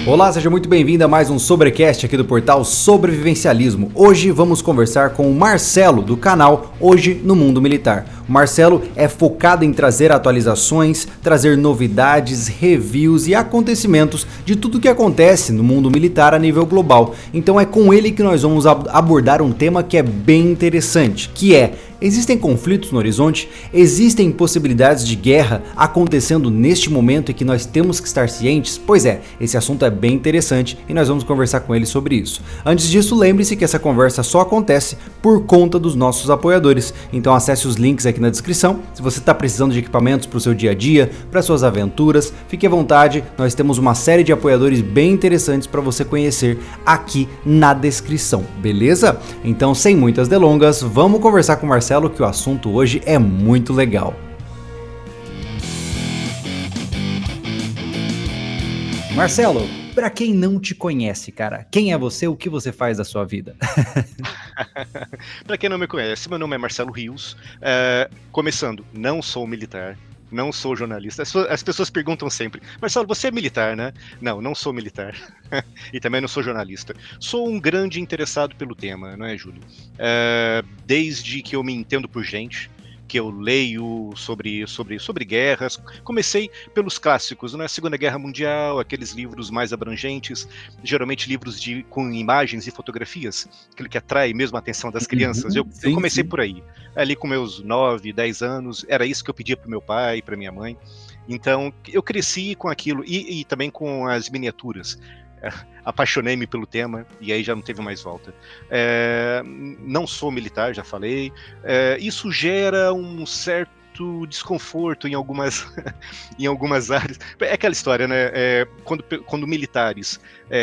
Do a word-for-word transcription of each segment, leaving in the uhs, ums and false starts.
Olá, seja muito bem-vindo a mais um Sobrecast aqui do portal Sobrevivencialismo. Hoje vamos conversar com o Marcelo, do canal Hoje no Mundo Militar. O Marcelo é focado em trazer atualizações, trazer novidades, reviews e acontecimentos de tudo que acontece no mundo militar a nível global. Então é com ele que nós vamos abordar um tema que é bem interessante, que é: existem conflitos no horizonte? Existem possibilidades de guerra acontecendo neste momento e que nós temos que estar cientes? Pois é, esse assunto é bem interessante e nós vamos conversar com ele sobre isso. Antes disso, lembre-se que essa conversa só acontece por conta dos nossos apoiadores. Então acesse os links aqui na descrição. Se você está precisando de equipamentos para o seu dia a dia, para suas aventuras, fique à vontade. Nós temos uma série de apoiadores bem interessantes para você conhecer aqui na descrição, beleza? Então, sem muitas delongas, vamos conversar com o Marcelo, que o assunto hoje é muito legal. Marcelo, para quem não te conhece, cara, quem é você, o que você faz da sua vida? Para quem não me conhece, meu nome é Marcelo Rios. É, começando, não sou militar, não sou jornalista. As, as pessoas perguntam sempre: Marcelo, você é militar, né? Não, não sou militar. E também não sou jornalista. Sou um grande interessado pelo tema, não é, Júlio? É, desde que eu me entendo por gente, que eu leio sobre, sobre, sobre guerras. Comecei pelos clássicos, né? Segunda Guerra Mundial, aqueles livros mais abrangentes, geralmente livros de, com imagens e fotografias, aquele que atrai mesmo a atenção das crianças. Uhum, eu, sim, eu comecei sim. por aí, ali com meus nove, dez anos, era isso que eu pedia para meu pai, para minha mãe. Então, eu cresci com aquilo, e, e também com as miniaturas. Apaixonei-me pelo tema e aí já não teve mais volta. É, não sou militar, já falei. É, isso gera um certo desconforto em algumas, em algumas áreas. É aquela história, né? É, quando, quando militares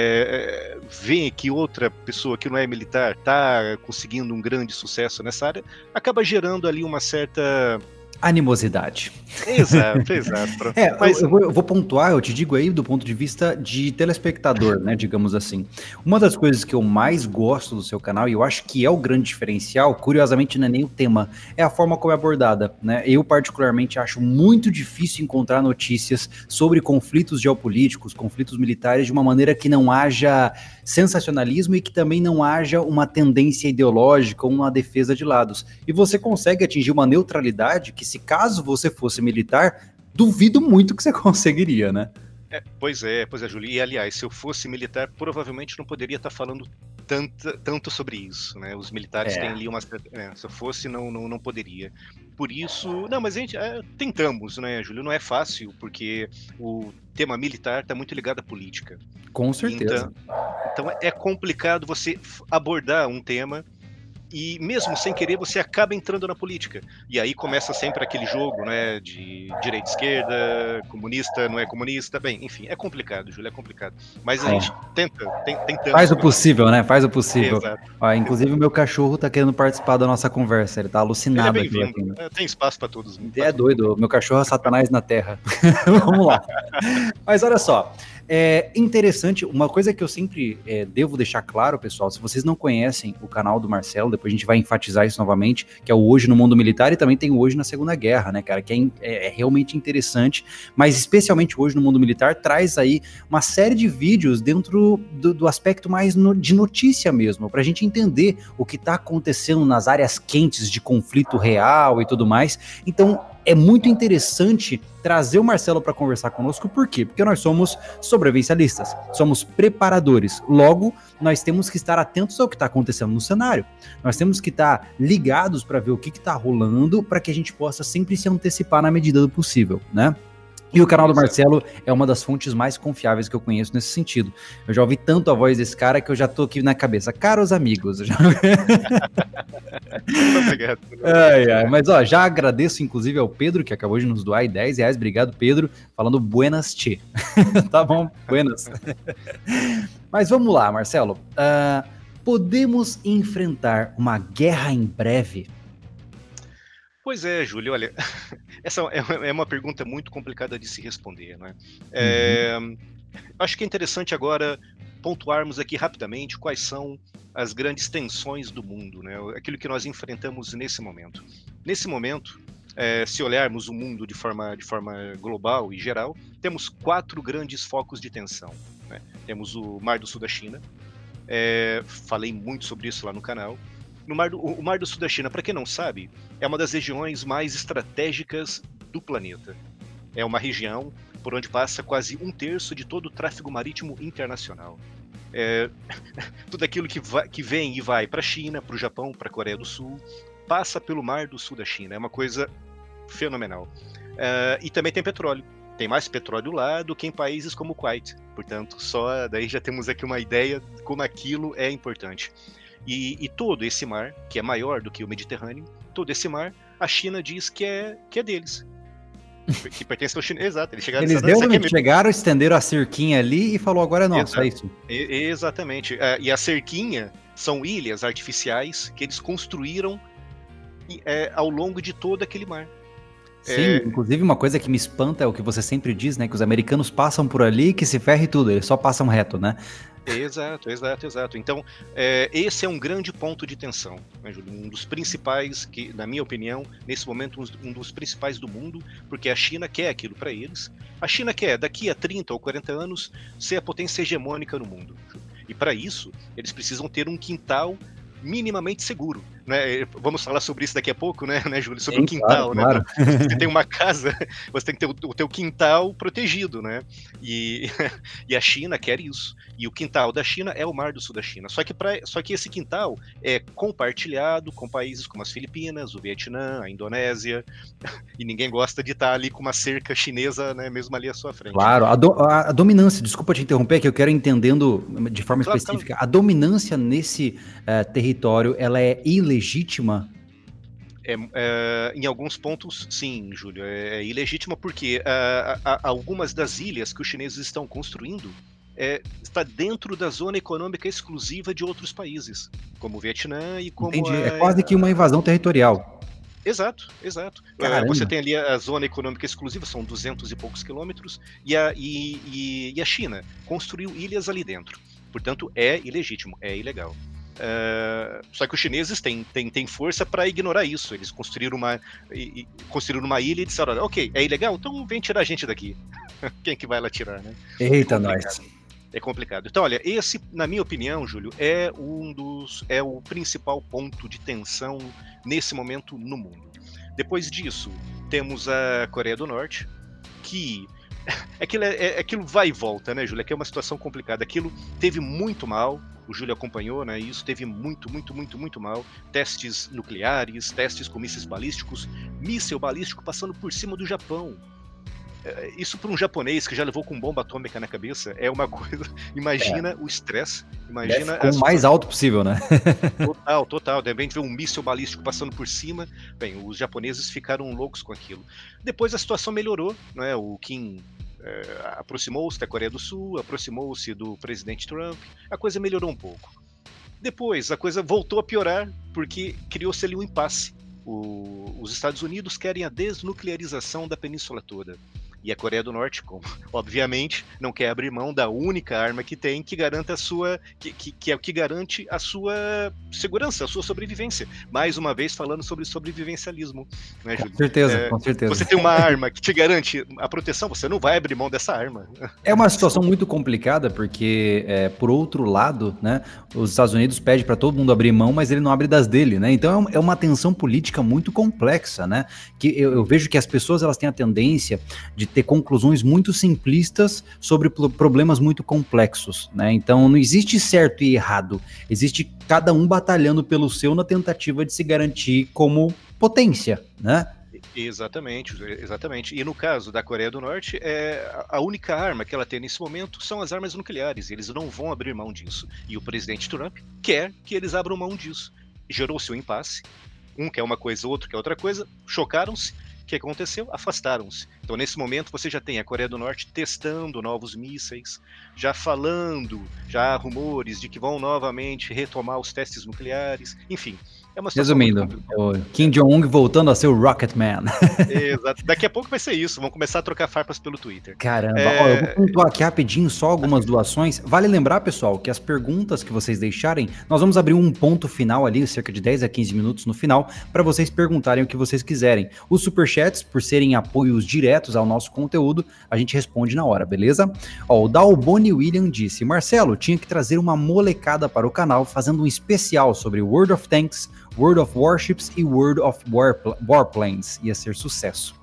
é, veem que outra pessoa que não é militar está conseguindo um grande sucesso nessa área, acaba gerando ali uma certa Animosidade. Exato, exato. É, Mas eu, eu, vou, eu vou pontuar, eu te digo aí do ponto de vista de telespectador, né, digamos assim. Uma das coisas que eu mais gosto do seu canal, e eu acho que é o grande diferencial, curiosamente não é nem o tema, é a forma como é abordada, né? Eu particularmente acho muito difícil encontrar notícias sobre conflitos geopolíticos, conflitos militares, de uma maneira que não haja sensacionalismo e que também não haja uma tendência ideológica ou uma defesa de lados. E você consegue atingir uma neutralidade que, se caso você fosse militar, duvido muito que você conseguiria, né? É, pois é, pois é, Júlio. E, aliás, se eu fosse militar, provavelmente não poderia estar falando tanto, tanto sobre isso, né? Os militares É. têm ali uma... É, se eu fosse, não, não, não poderia. Por isso... Não, mas a gente... É, tentamos, né, Júlio? Não é fácil, porque o tema militar está muito ligado à política. Com certeza. Então, então é complicado você abordar um tema e mesmo sem querer você acaba entrando na política. E aí começa sempre aquele jogo, né, de direita, esquerda, comunista, não é comunista, bem, enfim, é complicado, Júlio, é complicado. Mas a É. gente tenta, tem, tentamos. Faz o possível, né? Faz o possível. Exato. Ó, inclusive o meu cachorro tá querendo participar da nossa conversa, ele tá alucinado. Ele é aqui. bem-vindo, tem espaço para todos. É doido, meu cachorro é Satanás na Terra. Vamos lá. Mas olha só, é interessante, uma coisa que eu sempre é, devo deixar claro, pessoal, se vocês não conhecem o canal do Marcelo, depois a gente vai enfatizar isso novamente, que é o Hoje no Mundo Militar, e também tem o Hoje na Segunda Guerra, né, cara, que é, é, é realmente interessante, mas especialmente Hoje no Mundo Militar traz aí uma série de vídeos dentro do, do aspecto mais no, de notícia mesmo, pra gente entender o que tá acontecendo nas áreas quentes de conflito real e tudo mais. Então, é muito interessante trazer o Marcelo para conversar conosco. Por quê? Porque nós somos sobrevivencialistas, somos preparadores. Logo, nós temos que estar atentos ao que está acontecendo no cenário. Nós temos que estar ligados para ver o que está rolando, para que a gente possa sempre se antecipar na medida do possível, né? E o canal do Marcelo é uma das fontes mais confiáveis que eu conheço nesse sentido. Eu já ouvi tanto a voz desse cara que eu já tô aqui na cabeça. Caros amigos. Já... Obrigado. Ai, ai. Mas ó, já agradeço inclusive ao Pedro, que acabou de nos doar dez reais. Obrigado, Pedro. Falando buenas tchê. Tá bom, buenas. Mas vamos lá, Marcelo. Uh, podemos enfrentar uma guerra em breve? Pois é, Júlio, olha, essa é uma pergunta muito complicada de se responder, né? É, uhum. Acho que é interessante agora pontuarmos aqui rapidamente quais são as grandes tensões do mundo, né? Aquilo que nós enfrentamos nesse momento. Nesse momento, é, se olharmos o mundo de forma, de forma global e geral, temos quatro grandes focos de tensão. né? Temos o Mar do Sul da China, é, falei muito sobre isso lá no canal. No Mar do, o Mar do Sul da China, para quem não sabe, é uma das regiões mais estratégicas do planeta. É uma região por onde passa quase um terço de todo o tráfego marítimo internacional. É, tudo aquilo que, vai, que vem e vai para a China, para o Japão, para a Coreia do Sul, passa pelo Mar do Sul da China. É uma coisa fenomenal. É, e também tem petróleo. Tem mais petróleo lá do que em países como o Kuwait. Portanto, só daí já temos aqui uma ideia de como aquilo é importante. E, e todo esse mar, que é maior do que o Mediterrâneo, todo esse mar, a China diz que é, que é deles. Que pertence ao China. Exato, eles chegaram... Eles realmente chegaram, estenderam a cerquinha ali e falou, agora é nosso, é isso? E, exatamente. E a cerquinha são ilhas artificiais que eles construíram é, ao longo de todo aquele mar. Sim, é... inclusive uma coisa que me espanta é o que você sempre diz, né? Que os americanos passam por ali que se ferre tudo, eles só passam reto, né? Exato, exato, exato. Então, é, esse é um grande ponto de tensão, né, Júlio? Um dos principais, que, na minha opinião, nesse momento, um, um dos principais do mundo, porque a China quer aquilo para eles. A China quer, daqui a trinta ou quarenta anos, ser a potência hegemônica no mundo. E para isso, eles precisam ter um quintal minimamente seguro, né? Vamos falar sobre isso daqui a pouco, né, né Júlio? Sobre Sim, o quintal, claro, né? Claro. Se tem uma casa, você tem que ter o, o teu quintal protegido, né? E, e a China quer isso. E o quintal da China é o Mar do Sul da China. Só que, pra, só que esse quintal é compartilhado com países como as Filipinas, o Vietnã, a Indonésia, e ninguém gosta de estar ali com uma cerca chinesa, né, mesmo ali à sua frente. Claro, a, do, a, a dominância, desculpa te interromper, que eu quero entendendo de forma claro, específica, claro. A dominância nesse uh, território, ela é ilegítima? É, é, em alguns pontos, sim, Júlio, é, é ilegítima porque uh, a, a, algumas das ilhas que os chineses estão construindo é, está dentro da zona econômica exclusiva de outros países, como o Vietnã e como Entendi, a, é quase que uma invasão territorial. Exato, exato. Caramba. Você tem ali a zona econômica exclusiva, são duzentos e poucos quilômetros, e a, e, e, e a China construiu ilhas ali dentro. Portanto, é ilegítimo, é ilegal. Uh, só que os chineses têm, têm, têm força para ignorar isso. Eles construíram uma, e, e, construíram uma ilha e disseram, ok, é ilegal? Então vem tirar a gente daqui. Quem que vai lá tirar, né? Eita, é nós. É complicado. Então, olha, esse, na minha opinião, Júlio, é um dos, é o principal ponto de tensão nesse momento no mundo. Depois disso, temos a Coreia do Norte, que aquilo, é, é, aquilo vai e volta, né, Júlio? Aqui é uma situação complicada. Aquilo teve muito mal, o Júlio acompanhou, né? Isso teve muito, muito, muito, muito mal. Testes nucleares, testes com mísseis balísticos, míssil balístico passando por cima do Japão. Isso para um japonês que já levou com bomba atômica na cabeça é uma coisa. Imagina é. o estresse. Imagina com o mais alto possível, né? Total, total. De repente ver um míssil balístico passando por cima. Bem, os japoneses ficaram loucos com aquilo. Depois a situação melhorou, né? O Kim é, aproximou-se da Coreia do Sul, aproximou-se do presidente Trump. A coisa melhorou um pouco. Depois a coisa voltou a piorar porque criou-se ali um impasse. O, os Estados Unidos querem a desnuclearização da península toda. E a Coreia do Norte, como, obviamente, não quer abrir mão da única arma que tem, que garanta a sua, que, que, que é o que garante a sua segurança, a sua sobrevivência. Mais uma vez falando sobre sobrevivencialismo, né, Júlio? Com certeza, é, com certeza. Você tem uma arma que te garante a proteção, você não vai abrir mão dessa arma. É uma situação muito complicada, porque, é, por outro lado, né, os Estados Unidos pedem para todo mundo abrir mão, mas ele não abre das dele, né? Então é uma tensão política muito complexa, né? Que eu, eu vejo que as pessoas elas têm a tendência de ter conclusões muito simplistas sobre problemas muito complexos, né? Então não existe certo e errado, existe cada um batalhando pelo seu na tentativa de se garantir como potência, né? Exatamente, exatamente. E no caso da Coreia do Norte, é, a única arma que ela tem nesse momento são as armas nucleares. Eles não vão abrir mão disso. E o presidente Trump quer que eles abram mão disso. Gerou-se um impasse. Um quer uma coisa, outro quer outra coisa. Chocaram-se. O que aconteceu? Afastaram-se. Então, nesse momento, você já tem a Coreia do Norte testando novos mísseis, já falando, já há rumores de que vão novamente retomar os testes nucleares, enfim. É uma situação. Resumindo, o Kim Jong-un voltando a ser o Rocket Man. Exato. Daqui a pouco vai ser isso, vão começar a trocar farpas pelo Twitter. Caramba, é... Ó, eu vou pontuar aqui rapidinho só algumas doações. Vale lembrar, pessoal, que as perguntas que vocês deixarem, nós vamos abrir um ponto final ali, cerca de dez a quinze minutos no final, para vocês perguntarem o que vocês quiserem. Os superchats, por serem apoios diretos, diretos ao nosso conteúdo, a gente responde na hora, beleza? Ó, o Dalboni William disse, Marcelo, tinha que trazer uma molecada para o canal fazendo um especial sobre World of Tanks, World of Warships e World of Warpl- Warplanes. Ia ser sucesso.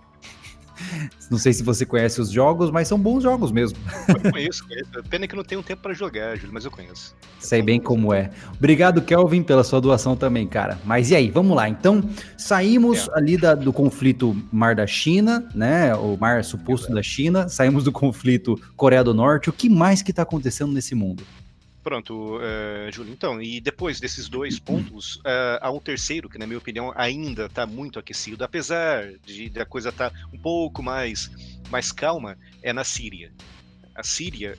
Não sei se você conhece os jogos, mas são bons jogos mesmo. Eu conheço, conheço. Pena que eu não tenho tempo para jogar, Júlio, mas eu conheço. Sei bem como é. Obrigado, Kelvin, pela sua doação também, cara. Mas e aí, vamos lá. Então, saímos é. ali da, do conflito Mar da China, né? O mar suposto é. da China. Saímos do conflito Coreia do Norte. O que mais que tá acontecendo nesse mundo? Pronto, uh, Júlio, então, e depois desses dois pontos, uh, há um terceiro que, na minha opinião, ainda está muito aquecido, apesar de, de a coisa estar tá um pouco mais, mais calma, é na Síria. A Síria,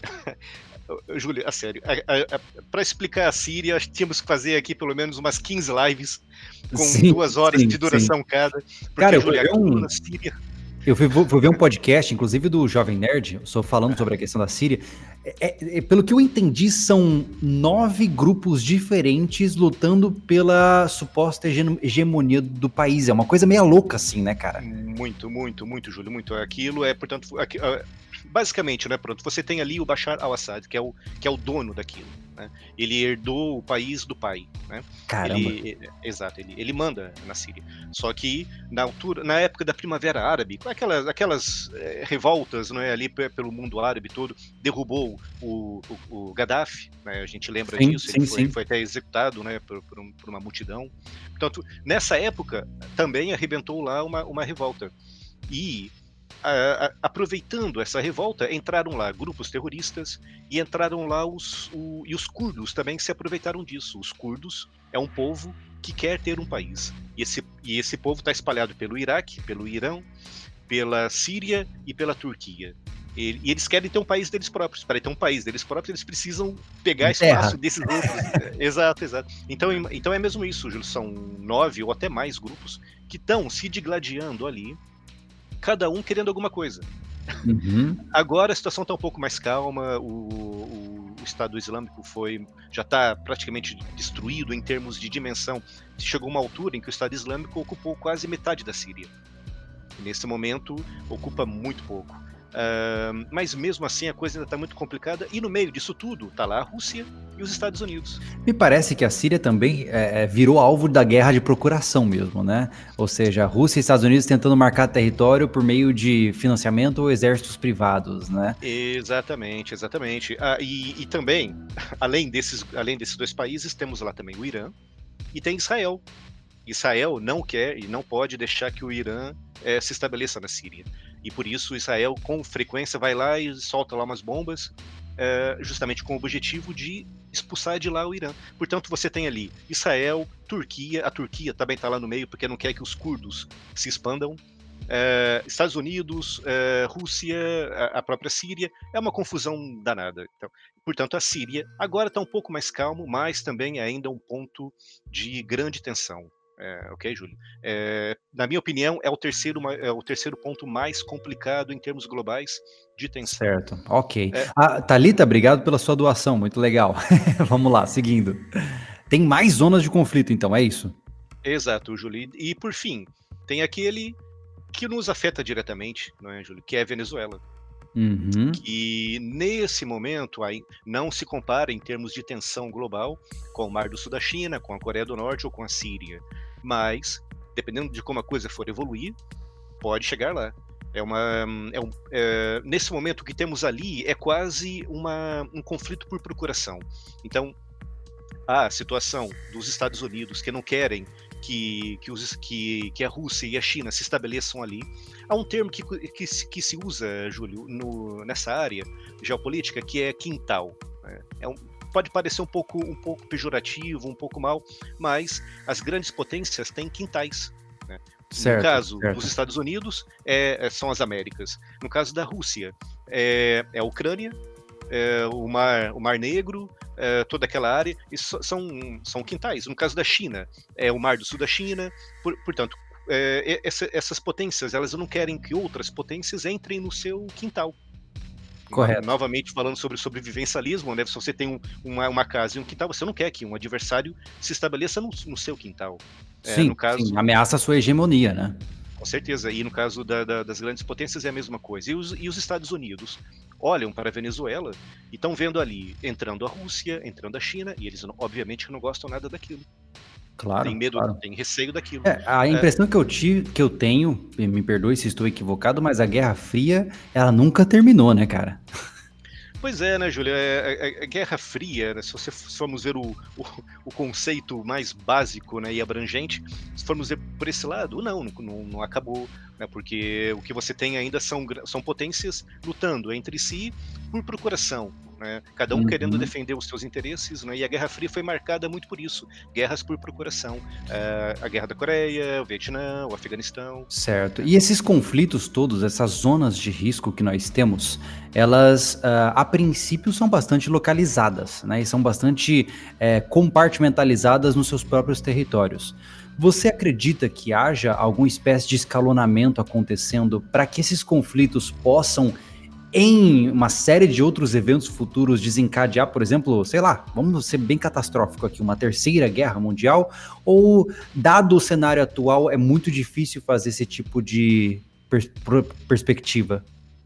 Júlio, a sério, para explicar a Síria, tínhamos que fazer aqui pelo menos umas quinze lives, com sim, duas horas sim, de duração sim. cada, porque, Cara, Júlio, eu um... na Síria... Eu fui, fui ver um podcast, inclusive do Jovem Nerd, só falando sobre a questão da Síria. É, é, é, pelo que eu entendi, são nove grupos diferentes lutando pela suposta hegemonia do país. É uma coisa meio louca, assim, né, cara? Muito, muito, muito, Júlio, muito. Aquilo é, portanto, aqui, basicamente, né, pronto, você tem ali o Bashar al-Assad, que é o, que é o dono daquilo. Né? Ele herdou o país do pai, né? Caramba. Ele, exato, ele, ele manda na Síria. Só que na altura, na época da Primavera Árabe, aquelas, aquelas é, revoltas, não é, ali pelo mundo árabe todo, derrubou o, o, o Gaddafi, né? A gente lembra sim, disso. Sim, ele foi, sim. foi até executado, né, por, por, um, por uma multidão. Portanto, nessa época também arrebentou lá uma, uma revolta. E A, a, aproveitando essa revolta, entraram lá grupos terroristas e entraram lá os, o, e os curdos também se aproveitaram disso. Os curdos é um povo que quer ter um país. E esse, e esse povo está espalhado pelo Iraque, pelo Irã, pela Síria e pela Turquia. E, e eles querem ter um país deles próprios. Para ter um país deles próprios, eles precisam pegar espaço desses outros. Exato, exato. Então, então é mesmo isso, Júlio. São nove ou até mais grupos que estão se digladiando ali, cada um querendo alguma coisa. Uhum. Agora a situação está um pouco mais calma, o, o, o Estado Islâmico foi, já está praticamente destruído em termos de dimensão. Chegou uma altura em que o Estado Islâmico ocupou quase metade da Síria. Nesse momento, ocupa muito pouco. Uh, mas mesmo assim a coisa ainda está muito complicada, e no meio disso tudo está lá a Rússia e os Estados Unidos. Me parece que a Síria também é, virou alvo da guerra de procuração mesmo, né? Ou seja, a Rússia e Estados Unidos tentando marcar território por meio de financiamento ou exércitos privados, né? Exatamente, exatamente. Ah, e, e também, além desses, além desses dois países, temos lá também o Irã e tem Israel. Israel não quer e não pode deixar que o Irã é, se estabeleça na Síria. E por isso Israel com frequência vai lá e solta lá umas bombas, é, justamente com o objetivo de expulsar de lá o Irã. Portanto, você tem ali Israel, Turquia, a Turquia também está lá no meio porque não quer que os curdos se expandam, é, Estados Unidos, é, Rússia, a, a própria Síria, é uma confusão danada. Então, portanto, a Síria agora está um pouco mais calmo, mas também é ainda um ponto de grande tensão. É, ok, Júlio? É, na minha opinião, é o, terceiro, é o terceiro ponto mais complicado em termos globais de tensão. Certo, ok. É... Ah, Thalita, obrigado pela sua doação, muito legal. Vamos lá, seguindo. Tem mais zonas de conflito, então, é isso? Exato, Júlio. E, por fim, tem aquele que nos afeta diretamente, não é, Júlio? Que é a Venezuela. Uhum. Que nesse momento aí não se compara em termos de tensão global com o Mar do Sul da China, com a Coreia do Norte ou com a Síria. Mas, dependendo de como a coisa for evoluir, pode chegar lá. É uma, é um, é, nesse momento o que temos ali é quase uma, um conflito por procuração. Então, a situação dos Estados Unidos que não querem que, que, os, que, que a Rússia e a China se estabeleçam ali. Há um termo que, que, que se usa, Júlio, no, nessa área geopolítica, que é quintal. Né? É um, pode parecer um pouco, um pouco pejorativo, um pouco mal, mas as grandes potências têm quintais. Né? Certo, no caso certo. dos Estados Unidos, é, são as Américas. No caso da Rússia, é, é a Ucrânia, é, o, Mar, o Mar Negro, é, toda aquela área, isso são, são quintais. No caso da China, é o Mar do Sul da China, por, portanto, é, essa, essas potências, elas não querem que outras potências entrem no seu quintal. Correto. Novamente falando sobre sobrevivencialismo, né? Se você tem um, uma, uma casa e um quintal, você não quer que um adversário se estabeleça no, no seu quintal. Sim, é, no caso, sim, ameaça a sua hegemonia, né? Com certeza, e no caso da, da, das grandes potências é a mesma coisa. E os, e os Estados Unidos olham para a Venezuela e estão vendo ali entrando a Rússia, entrando a China, e eles obviamente não gostam nada daquilo. Tem Claro, medo, claro. tem receio daquilo. É, a É, impressão que eu tive, que eu tenho, me perdoe se estou equivocado, mas a Guerra Fria, ela nunca terminou, né, cara? Pois é, né, Júlia? A, a, a Guerra Fria, né, se, você, se formos ver o, o, o conceito mais básico, né, e abrangente, se formos ver por esse lado, não, não, não acabou, né, porque o que você tem ainda são, são potências lutando entre si por procuração. Né, cada um Uhum. querendo defender os seus interesses, né, e a Guerra Fria foi marcada muito por isso, guerras por procuração. Uh, a Guerra da Coreia, o Vietnã, o Afeganistão. Certo. E esses conflitos todos, essas zonas de risco que nós temos, elas, uh, a princípio, são bastante localizadas, né, e são bastante é, compartimentalizadas nos seus próprios territórios. Você acredita que haja alguma espécie de escalonamento acontecendo para que esses conflitos possam, em uma série de outros eventos futuros, desencadear, por exemplo, sei lá, vamos ser bem catastrófico aqui, uma terceira guerra mundial? Ou, dado o cenário atual, é muito difícil fazer esse tipo de pers perspectiva?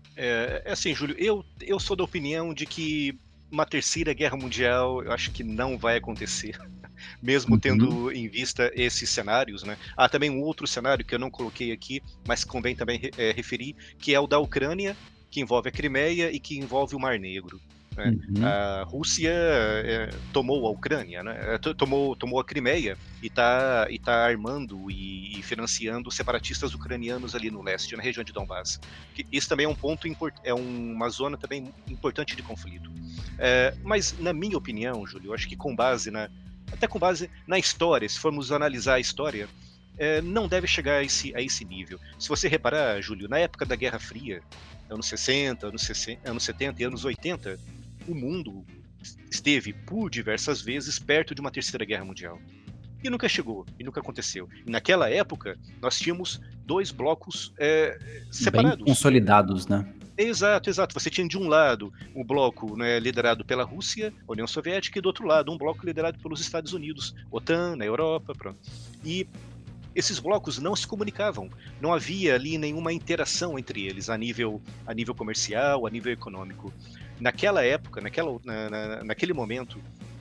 É, é assim, Júlio, eu, eu sou da opinião de que uma terceira guerra mundial, eu acho que não vai acontecer, mesmo Uhum. tendo em vista esses cenários, né? Há também um outro cenário que eu não coloquei aqui, mas convém também é, referir, que é o da Ucrânia, que envolve a Crimeia e que envolve o Mar Negro. Né? Uhum. A Rússia é, tomou a Ucrânia, né? tomou, tomou a Crimeia e está e tá armando e, e financiando separatistas ucranianos ali no leste, na região de Donbass. Isso também é um ponto, é uma zona também importante de conflito. É, mas, na minha opinião, Júlio, eu acho que com base na, até com base na história, se formos analisar a história, é, não deve chegar a esse, a esse nível. Se você reparar, Júlio, na época da Guerra Fria, anos sessenta, anos, sessenta, anos setenta e anos oitenta, o mundo esteve por diversas vezes perto de uma terceira guerra mundial. E nunca chegou, e nunca aconteceu. E naquela época, nós tínhamos dois blocos é, separados. Bem consolidados, né? Exato, exato. Você tinha de um lado um bloco, né, liderado pela Rússia, União Soviética, e do outro lado um bloco liderado pelos Estados Unidos, OTAN, na Europa, pronto. E esses blocos não se comunicavam, não havia ali nenhuma interação entre eles a nível, a nível comercial, a nível econômico. Naquela época, naquela, na, na, naquele momento,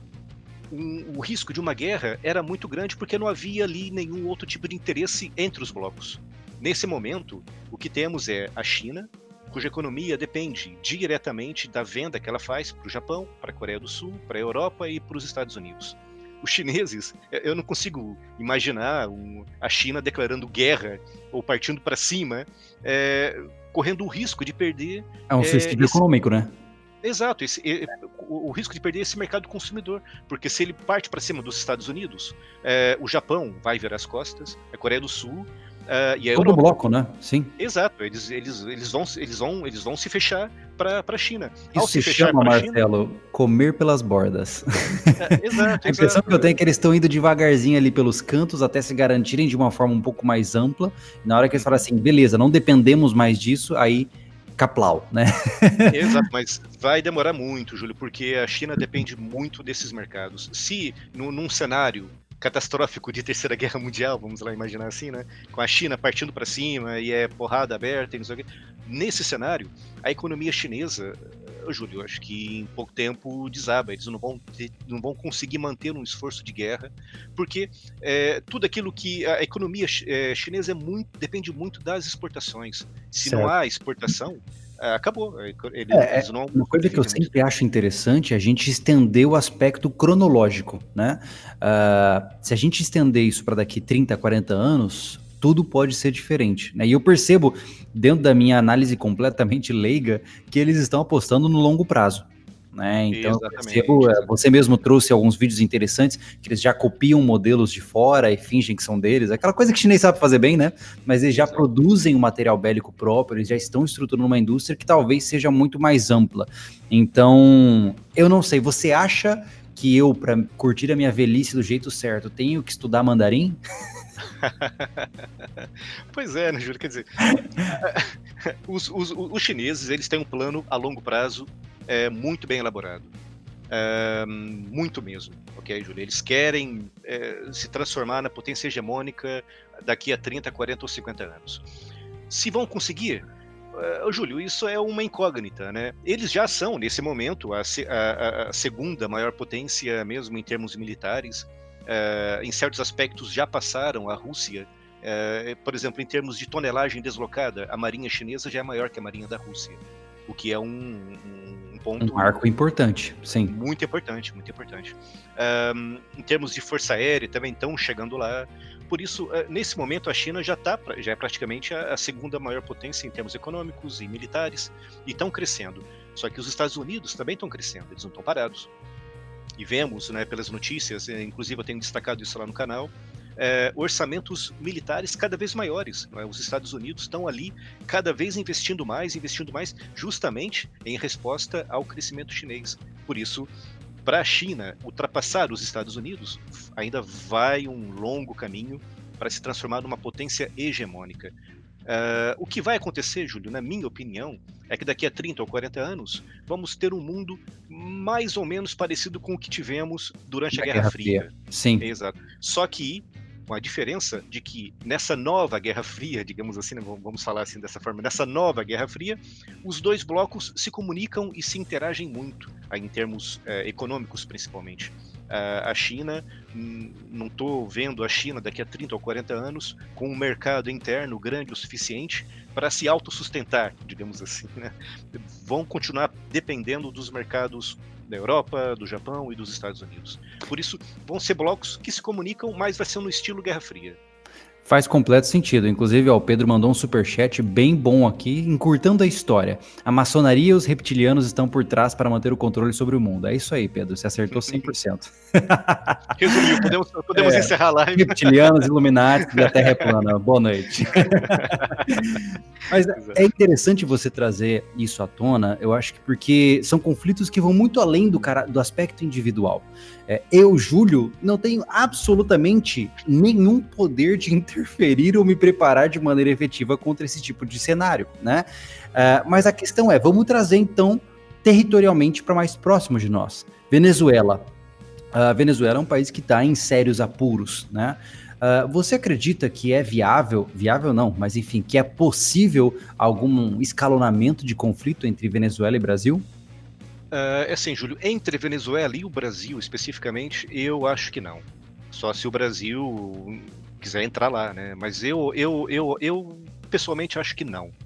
um, o risco de uma guerra era muito grande porque não havia ali nenhum outro tipo de interesse entre os blocos. Nesse momento, o que temos é a China, cuja economia depende diretamente da venda que ela faz para o Japão, para a Coreia do Sul, para a Europa e para os Estados Unidos. Os chineses, eu não consigo imaginar um, a China declarando guerra ou partindo para cima, é, correndo o risco de perder... É um suicídio é, esse... econômico, né? Exato, esse, o, o risco de perder esse mercado consumidor, porque se ele parte para cima dos Estados Unidos, é, o Japão vai virar as costas, a Coreia do Sul... Uh, e a Todo Europa. bloco, né? Sim. Exato, eles, eles, eles, vão, eles, vão, eles vão se fechar para a China. Isso Ao se, se fechar chama, Marcelo, China... comer pelas bordas. É, exato, a impressão exato. que eu tenho é que eles estão indo devagarzinho ali pelos cantos até se garantirem de uma forma um pouco mais ampla. E na hora que eles falam assim, beleza, não dependemos mais disso, aí caplau, né? Exato, mas vai demorar muito, Júlio, porque a China depende muito desses mercados. Se no, num cenário catastrófico de terceira guerra mundial, vamos lá imaginar assim, né? Com a China partindo para cima e é porrada aberta e não sei o quê. Nesse cenário, a economia chinesa, Júlio, acho que em pouco tempo desaba. Eles não vão, ter, não vão conseguir manter um esforço de guerra, porque é, tudo aquilo que a economia é, chinesa é muito, depende muito das exportações. Se certo. Não há exportação, acabou. Ele, é, eles não uma coisa que eu sempre acho interessante é a gente estender o aspecto cronológico, né? Uh, se a gente estender isso para daqui trinta, quarenta anos, tudo pode ser diferente, né? E eu percebo, dentro da minha análise completamente leiga, que eles estão apostando no longo prazo. Né? Então, eu percebo, você mesmo trouxe alguns vídeos interessantes que eles já copiam modelos de fora e fingem que são deles, aquela coisa que o chinês sabe fazer bem, né? Mas eles já Exato. Produzem um material bélico próprio, eles já estão estruturando uma indústria que talvez seja muito mais ampla. Então, eu não sei, você acha que eu, para curtir a minha velhice do jeito certo, tenho que estudar mandarim? Pois é, né, Júlio? Quer dizer, os, os, os chineses, eles têm um plano a longo prazo é, muito bem elaborado. Uh, muito mesmo, ok, Júlio? Eles querem uh, se transformar na potência hegemônica daqui a trinta, quarenta ou cinquenta anos. Se vão conseguir, uh, Júlio, isso é uma incógnita, né? Eles já são, nesse momento, a, a, a segunda maior potência mesmo em termos militares. Uh, em certos aspectos já passaram a Rússia. Uh, por exemplo, em termos de tonelagem deslocada, a marinha chinesa já é maior que a marinha da Rússia, o que é um, um ponto... Um marco importante, sim. Muito importante, muito importante. Um, em termos de força aérea, também estão chegando lá. Por isso, uh, nesse momento, a China já, tá, já é praticamente a, a segunda maior potência em termos econômicos e militares, e estão crescendo. Só que os Estados Unidos também estão crescendo, eles não estão parados. E vemos, né, pelas notícias, inclusive eu tenho destacado isso lá no canal, É, orçamentos militares cada vez maiores. Não é? Os Estados Unidos estão ali cada vez investindo mais, investindo mais, justamente em resposta ao crescimento chinês. Por isso, para a China ultrapassar os Estados Unidos, ainda vai um longo caminho para se transformar numa potência hegemônica. Uh, o que vai acontecer, Júlio, na minha opinião, é que daqui a trinta ou quarenta anos vamos ter um mundo mais ou menos parecido com o que tivemos durante a, a Guerra, Guerra Fria. Fria. Sim. Exato. Só que com a diferença de que nessa nova Guerra Fria, digamos assim, né, vamos falar assim dessa forma, nessa nova Guerra Fria, os dois blocos se comunicam e se interagem muito, em termos eh, econômicos principalmente. Uh, a China, hum, não estou vendo a China daqui a trinta ou quarenta anos com um mercado interno grande o suficiente para se autossustentar, digamos assim, né? Vão continuar dependendo dos mercados da Europa, do Japão e dos Estados Unidos. Por isso, vão ser blocos que se comunicam, mas vai ser no estilo Guerra Fria. Faz completo sentido. Inclusive, ó, o Pedro mandou um superchat bem bom aqui, encurtando a história. A maçonaria e os reptilianos estão por trás para manter o controle sobre o mundo. É isso aí, Pedro. Você acertou cem por cento. Resumiu. Podemos, podemos é, encerrar lá. Reptilianos, Illuminati e a Terra é plana. Boa noite. Mas é interessante você trazer isso à tona, eu acho que porque são conflitos que vão muito além do, cara, do aspecto individual. É, eu, Júlio, não tenho absolutamente nenhum poder de interferir ou me preparar de maneira efetiva contra esse tipo de cenário, né? Uh, mas a questão é, vamos trazer então territorialmente para mais próximo de nós. Venezuela. A uh, Venezuela é um país que está em sérios apuros, né? Uh, você acredita que é viável, viável não, mas enfim, que é possível algum escalonamento de conflito entre Venezuela e Brasil? É uh, assim, Júlio, entre Venezuela e o Brasil especificamente, eu acho que não. Só se o Brasil quiser entrar lá, né? Mas eu, eu, eu, eu pessoalmente acho que não.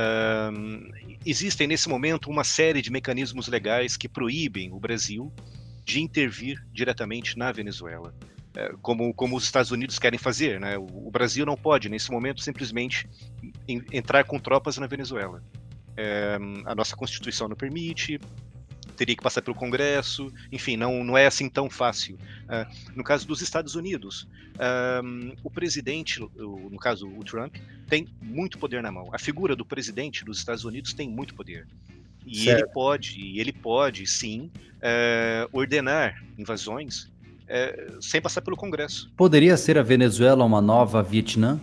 Uh, existem nesse momento uma série de mecanismos legais que proíbem o Brasil de intervir diretamente na Venezuela. Como, como os Estados Unidos querem fazer, né? O, o Brasil não pode, nesse momento, simplesmente em, entrar com tropas na Venezuela. É, a nossa Constituição não permite, teria que passar pelo Congresso, enfim, não, não é assim tão fácil. É, no caso dos Estados Unidos, é, o presidente, no caso o Trump, tem muito poder na mão. A figura do presidente dos Estados Unidos tem muito poder. E certo. ele pode, ele pode, sim, é, ordenar invasões É, sem passar pelo Congresso. Poderia ser a Venezuela uma nova Vietnã?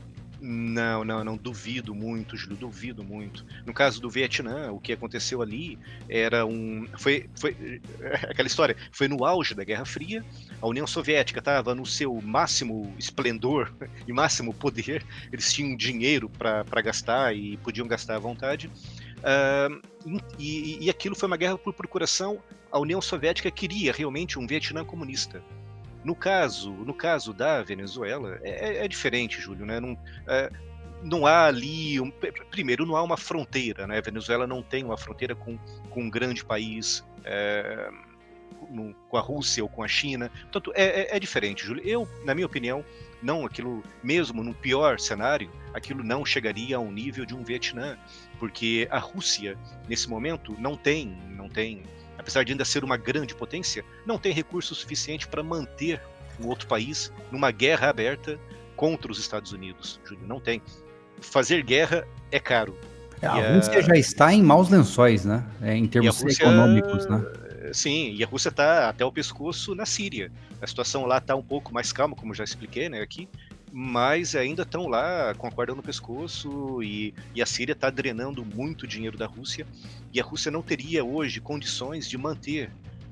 Não, não, não, duvido muito, Júlio, duvido muito. No caso do Vietnã, o que aconteceu ali era um... Foi, foi aquela história, foi no auge da Guerra Fria, a União Soviética estava no seu máximo esplendor e máximo poder, eles tinham dinheiro para gastar e podiam gastar à vontade, uh, e, e aquilo foi uma guerra por procuração. A União Soviética queria realmente um Vietnã comunista. No caso, no caso da Venezuela, é, é diferente, Júlio, né? Não, é, não há ali... Um, primeiro, não há uma fronteira, né? A Venezuela não tem uma fronteira com, com um grande país, é, no, com a Rússia ou com a China. Portanto, é, é, é diferente, Júlio. Eu, na minha opinião, não, aquilo, mesmo no pior cenário, aquilo não chegaria ao nível de um Vietnã, porque a Rússia, nesse momento, não tem, não tem... apesar de ainda ser uma grande potência, não tem recurso suficiente para manter um outro país numa guerra aberta contra os Estados Unidos. Júlio, não tem. Fazer guerra é caro. É, a e Rússia a... já está em maus lençóis, né? É, em termos Rússia, econômicos, né? Sim, e a Rússia está até o pescoço na Síria. A situação lá está um pouco mais calma, como já expliquei, né, aqui, mas ainda estão lá com a corda no pescoço e, e a Síria está drenando muito dinheiro da Rússia, e a Rússia não teria hoje condições de manter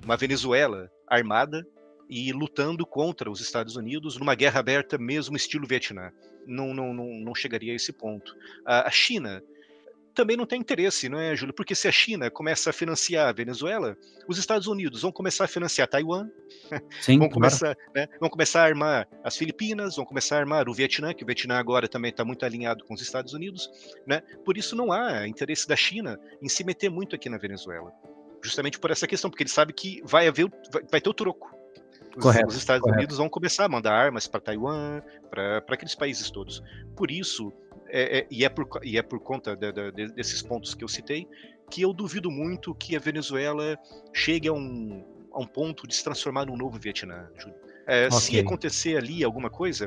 uma Venezuela armada e lutando contra os Estados Unidos numa guerra aberta, mesmo estilo Vietnã. Não, não, não, não chegaria a esse ponto. A China também não tem interesse, não é, Júlio? Porque se a China começa a financiar a Venezuela, os Estados Unidos vão começar a financiar Taiwan, Sim, vão claro. começar, né, vão começar a armar as Filipinas, vão começar a armar o Vietnã, que o Vietnã agora também está muito alinhado com os Estados Unidos, né? Por isso não há interesse da China em se meter muito aqui na Venezuela, justamente por essa questão, porque ele sabe que vai haver, vai, vai ter o troco. Os, Correto, os Estados correto. Unidos vão começar a mandar armas para Taiwan, para aqueles países todos. Por isso, é, é, e, é por, e é por conta de, de, desses pontos que eu citei, que eu duvido muito que a Venezuela chegue a um, a um ponto de se transformar num novo Vietnã, Júlio. É, Ok. Se acontecer ali alguma coisa,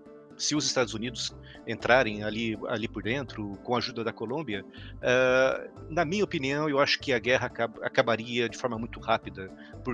se os Estados Unidos entrarem ali, ali por dentro, com a ajuda da Colômbia, uh, na minha opinião, eu acho que a guerra acab acabaria de forma muito rápida,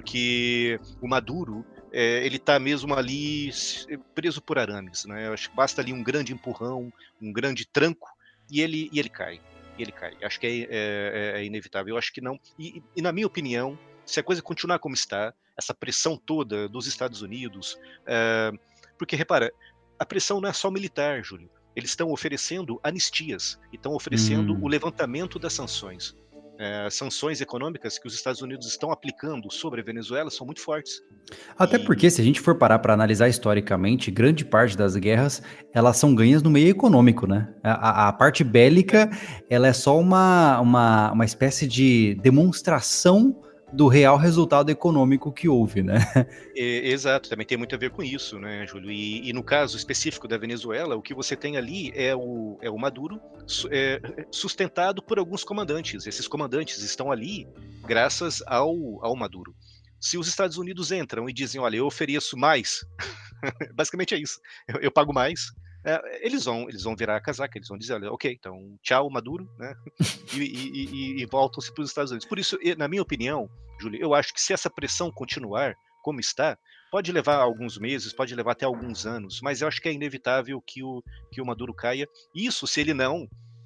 porque o Maduro, é, ele está mesmo ali preso por arames, né? Eu acho que basta ali um grande empurrão, um grande tranco, e ele, e ele cai. E ele cai. Acho que é, é, é inevitável. Eu acho que não. E, e, na minha opinião, se a coisa continuar como está, essa pressão toda dos Estados Unidos, uh, porque, repara, a pressão não é só militar, Júlio. Eles estão oferecendo anistias, e estão oferecendo hum. o levantamento das sanções. É, as sanções econômicas que os Estados Unidos estão aplicando sobre a Venezuela são muito fortes. Até E... porque, se a gente for parar para analisar historicamente, grande parte das guerras, elas são ganhas no meio econômico, né? A, a, a parte bélica, ela é só uma, uma, uma espécie de demonstração do real resultado econômico que houve, né? É, exato, também tem muito a ver com isso, né, Júlio? E, e no caso específico da Venezuela, o que você tem ali é o, é o Maduro é, sustentado por alguns comandantes. Esses comandantes estão ali graças ao, ao Maduro. Se os Estados Unidos entram e dizem, olha, eu ofereço mais, basicamente é isso, eu, eu pago mais, é, eles, vão, eles vão virar a casaca, eles vão dizer, olha, ok, então tchau, Maduro, né? E, e, e, e voltam-se para os Estados Unidos. Por isso, na minha opinião, Júlio, eu acho que se essa pressão continuar como está, pode levar alguns meses, pode levar até alguns anos, mas eu acho que é inevitável que o, que o Maduro caia. Isso se ele não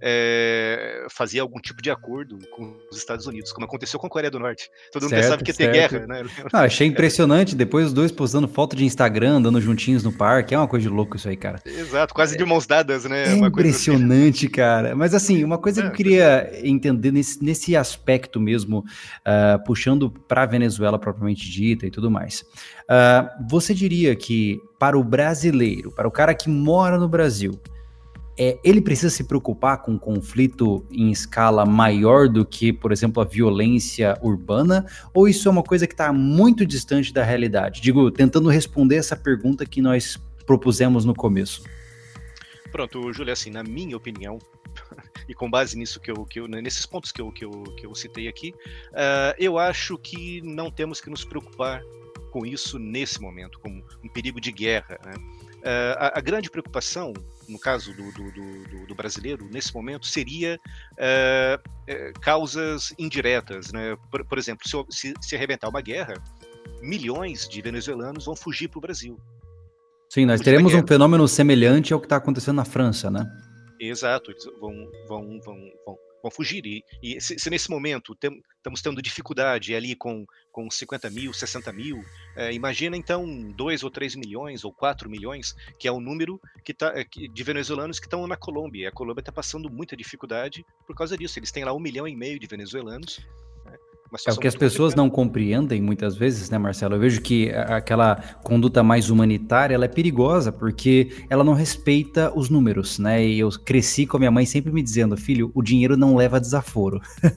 é, fazer algum tipo de acordo com os Estados Unidos, como aconteceu com a Coreia do Norte. Todo mundo Certo, pensava que ia ter certo. guerra, né? Não, achei impressionante, depois os dois postando foto de Instagram, andando juntinhos no parque, é uma coisa de louco isso aí, cara. Exato, quase de mãos dadas, né? É uma coisa assim. impressionante, cara. Mas assim, uma coisa que eu queria entender nesse, nesse aspecto mesmo, uh, puxando para a Venezuela propriamente dita e tudo mais. Uh, você diria que para o brasileiro, para o cara que mora no Brasil, é, ele precisa se preocupar com um conflito em escala maior do que, por exemplo, a violência urbana? Ou isso é uma coisa que está muito distante da realidade? Digo, tentando responder essa pergunta que nós propusemos no começo. Pronto, Júlio, assim, na minha opinião, e com base nisso que eu, que eu nesses pontos que eu, que eu, que eu citei aqui, uh, eu acho que não temos que nos preocupar com isso nesse momento, com um perigo de guerra, né? Uh, a, a grande preocupação, no caso do, do, do, do brasileiro, nesse momento, seria uh, uh, causas indiretas, né? Por, por exemplo, se, se, se arrebentar uma guerra, milhões de venezuelanos vão fugir para o Brasil. Sim, nós teremos um fenômeno semelhante ao que está acontecendo na França, né? Exato, eles vão, vão, vão, vão, vão fugir. E, e se, se nesse momento tem, estamos tendo dificuldade ali com, com cinquenta mil, sessenta mil, é, imagina então dois ou três milhões ou quatro milhões, que é o número que tá, de venezuelanos que estão na Colômbia. E a Colômbia está passando muita dificuldade por causa disso. Eles têm lá um milhão e meio de venezuelanos. Né? É o que as pessoas não compreendem muitas vezes, né, Marcelo? Eu vejo que aquela conduta mais humanitária, ela é perigosa porque ela não respeita os números, né? E eu cresci com a minha mãe sempre me dizendo, filho, o dinheiro não leva desaforo.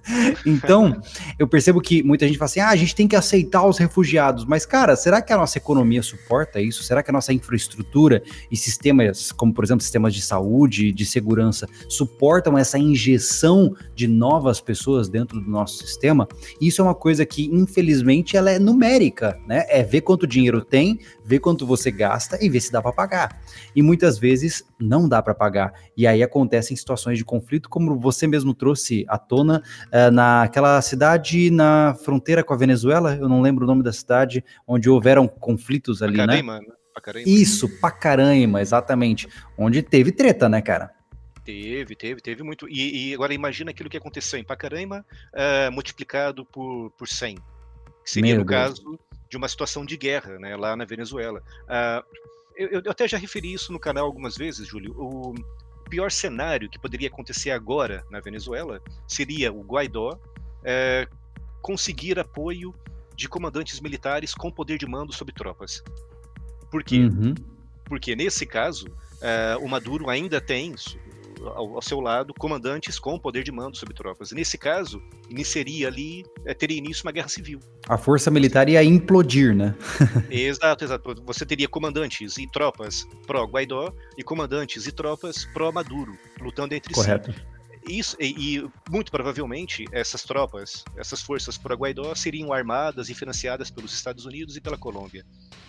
Então, eu percebo que muita gente fala assim, ah, a gente tem que aceitar os refugiados. Mas, cara, será que a nossa economia suporta isso? Será que a nossa infraestrutura e sistemas, como por exemplo, sistemas de saúde, de segurança, suportam essa injeção de novas pessoas dentro do nosso sistema? Isso é uma coisa que, infelizmente, ela é numérica, né? É ver quanto dinheiro tem, ver quanto você gasta e ver se dá para pagar. E muitas vezes não dá para pagar. E aí acontecem situações de conflito, como você mesmo trouxe à tona, uh, naquela cidade na fronteira com a Venezuela, eu não lembro o nome da cidade, onde houveram conflitos ali, Pacaraima, né? Pacaraima. Isso, Pacaraima, exatamente. Onde teve treta, né, cara? Teve, teve, teve muito. E, e agora imagina aquilo que aconteceu em Pacaraima uh, multiplicado por, por cem. que seria Meu no Deus. caso de uma situação de guerra, né, lá na Venezuela. Uh, eu, eu até já referi isso no canal algumas vezes, Júlio. O pior cenário que poderia acontecer agora na Venezuela seria o Guaidó é, conseguir apoio de comandantes militares com poder de mando sobre tropas. Por quê? Uhum. Porque nesse caso, é, o Maduro ainda tem ao, ao seu lado comandantes com poder de mando sobre tropas. Nesse caso, iniciaria ali, é, teria início uma guerra civil. A força militar ia implodir, né? Exato, exato. Você teria comandantes e tropas pró-Guaidó e comandantes e tropas pró-Maduro, lutando entre Correto. si. Isso, e, e muito provavelmente essas tropas, essas forças pró-Guaidó seriam armadas e financiadas pelos Estados Unidos e pela Colômbia.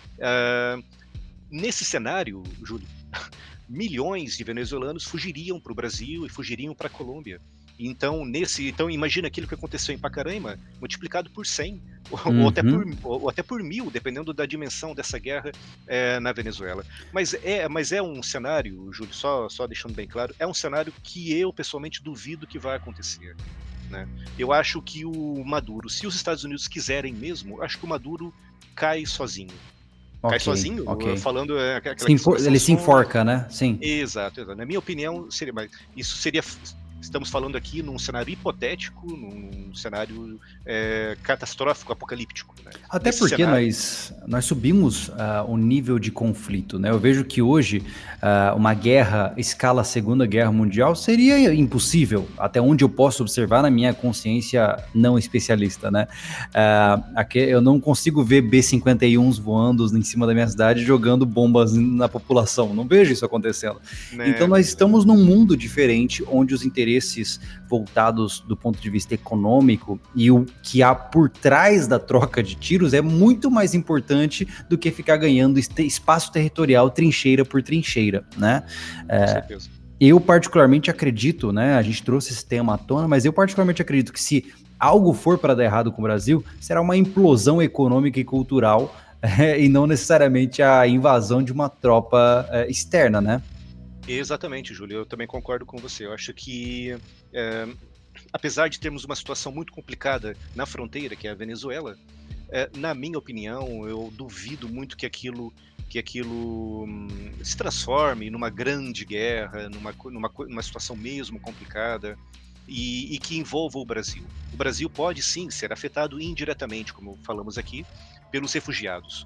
Uh, nesse cenário, Júlio, milhões de venezuelanos fugiriam para o Brasil e fugiriam para a Colômbia. Então, nesse, então, imagina aquilo que aconteceu em Pacaraima, multiplicado por cem, uhum. ou, até por, ou até por mil, dependendo da dimensão dessa guerra é, na Venezuela. Mas é, mas é um cenário, Júlio, só, só deixando bem claro, é um cenário que eu, pessoalmente, duvido que vai acontecer. Né? Eu acho que o Maduro, se os Estados Unidos quiserem mesmo, acho que o Maduro cai sozinho. Okay, cai sozinho, okay. falando... É, se enfor- ele se enforca, né? Sim. Exato, exato. Na minha opinião, seria, isso seria... Estamos falando aqui num cenário hipotético, num cenário é, catastrófico, apocalíptico. Né? Até Nesse porque cenário... nós, nós subimos uh, o nível de conflito, né? Eu vejo que hoje uh, uma guerra escala Segunda Guerra Mundial seria impossível, até onde eu posso observar na minha consciência não especialista, né? Uh, aqui eu não consigo ver B cinquenta e uns voando em cima da minha cidade jogando bombas na população, não vejo isso acontecendo. Né? Então nós estamos num mundo diferente, onde os interesses interesses voltados do ponto de vista econômico e o que há por trás da troca de tiros é muito mais importante do que ficar ganhando espaço territorial trincheira por trincheira, né? Com certeza. É, eu particularmente acredito, né? A gente trouxe esse tema à tona, mas eu particularmente acredito que se algo for para dar errado com o Brasil, será uma implosão econômica e cultural é, e não necessariamente a invasão de uma tropa é, externa, né? Exatamente, Júlio, eu também concordo com você. Eu acho que, é, apesar de termos uma situação muito complicada na fronteira, que é a Venezuela, é, na minha opinião, eu duvido muito que aquilo, que aquilo hum, se transforme numa grande guerra, numa, numa, numa situação mesmo complicada e, e que envolva o Brasil. O Brasil pode, sim, ser afetado indiretamente, como falamos aqui, pelos refugiados.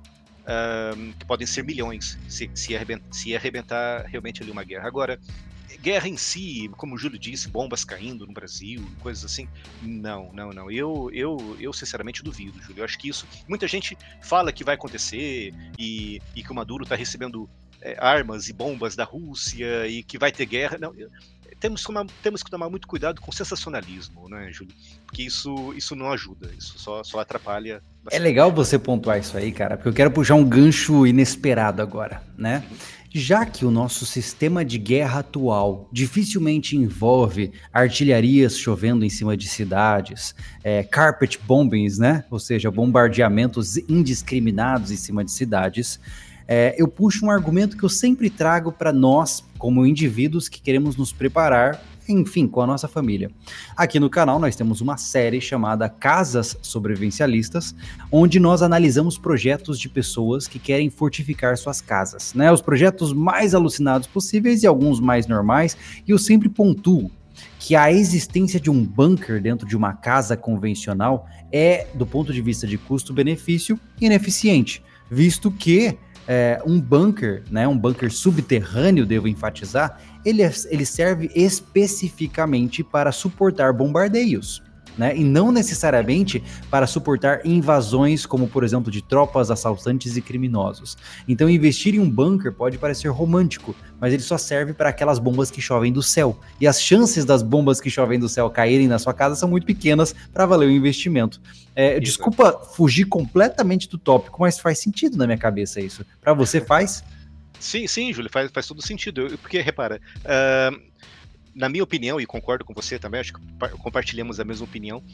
Um, que podem ser milhões se, se, arrebentar, se arrebentar realmente ali uma guerra. Agora, guerra em si, como o Júlio disse, bombas caindo no Brasil, coisas assim, não, não, não. Eu, eu, eu sinceramente duvido, Júlio. Eu acho que isso, muita gente fala que vai acontecer e, e que o Maduro está recebendo é, armas e bombas da Rússia e que vai ter guerra. Não, eu, Temos que, tomar, temos que tomar muito cuidado com o sensacionalismo, né, Júlio? Porque isso, isso não ajuda, isso só, só atrapalha bastante. É legal você pontuar isso aí, cara, porque eu quero puxar um gancho inesperado agora, né? Já que o nosso sistema de guerra atual dificilmente envolve artilharias chovendo em cima de cidades, é, carpet bombings, né? Ou seja, bombardeamentos indiscriminados em cima de cidades, É, eu puxo um argumento que eu sempre trago para nós, como indivíduos que queremos nos preparar, enfim, com a nossa família. Aqui no canal nós temos uma série chamada Casas Sobrevivencialistas, onde nós analisamos projetos de pessoas que querem fortificar suas casas, né? Os projetos mais alucinados possíveis e alguns mais normais, e eu sempre pontuo que a existência de um bunker dentro de uma casa convencional é, do ponto de vista de custo-benefício, ineficiente, visto que É, um bunker, né, um bunker subterrâneo, devo enfatizar, ele, é, ele serve especificamente para suportar bombardeios, né, e não necessariamente para suportar invasões, como por exemplo de tropas, assaltantes e criminosos. Então investir em um bunker pode parecer romântico, mas ele só serve para aquelas bombas que chovem do céu, e as chances das bombas que chovem do céu caírem na sua casa são muito pequenas para valer o investimento. É, desculpa fugir completamente do tópico, mas faz sentido na minha cabeça isso. Para você faz? Sim, sim, Júlio, faz, faz todo sentido. Porque, repara, uh, na minha opinião, e concordo com você também, acho que compartilhamos a mesma opinião,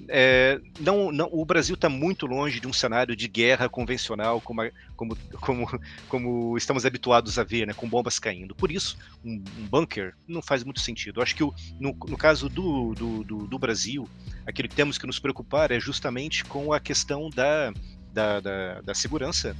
é, não, não, o Brasil está muito longe de um cenário de guerra convencional, como, como, como, como estamos habituados a ver, né, com bombas caindo. Por isso, um, um bunker não faz muito sentido. Acho que o, no, no caso do, do, do, do Brasil, aquilo que temos que nos preocupar é justamente com a questão da, da, da, da segurança,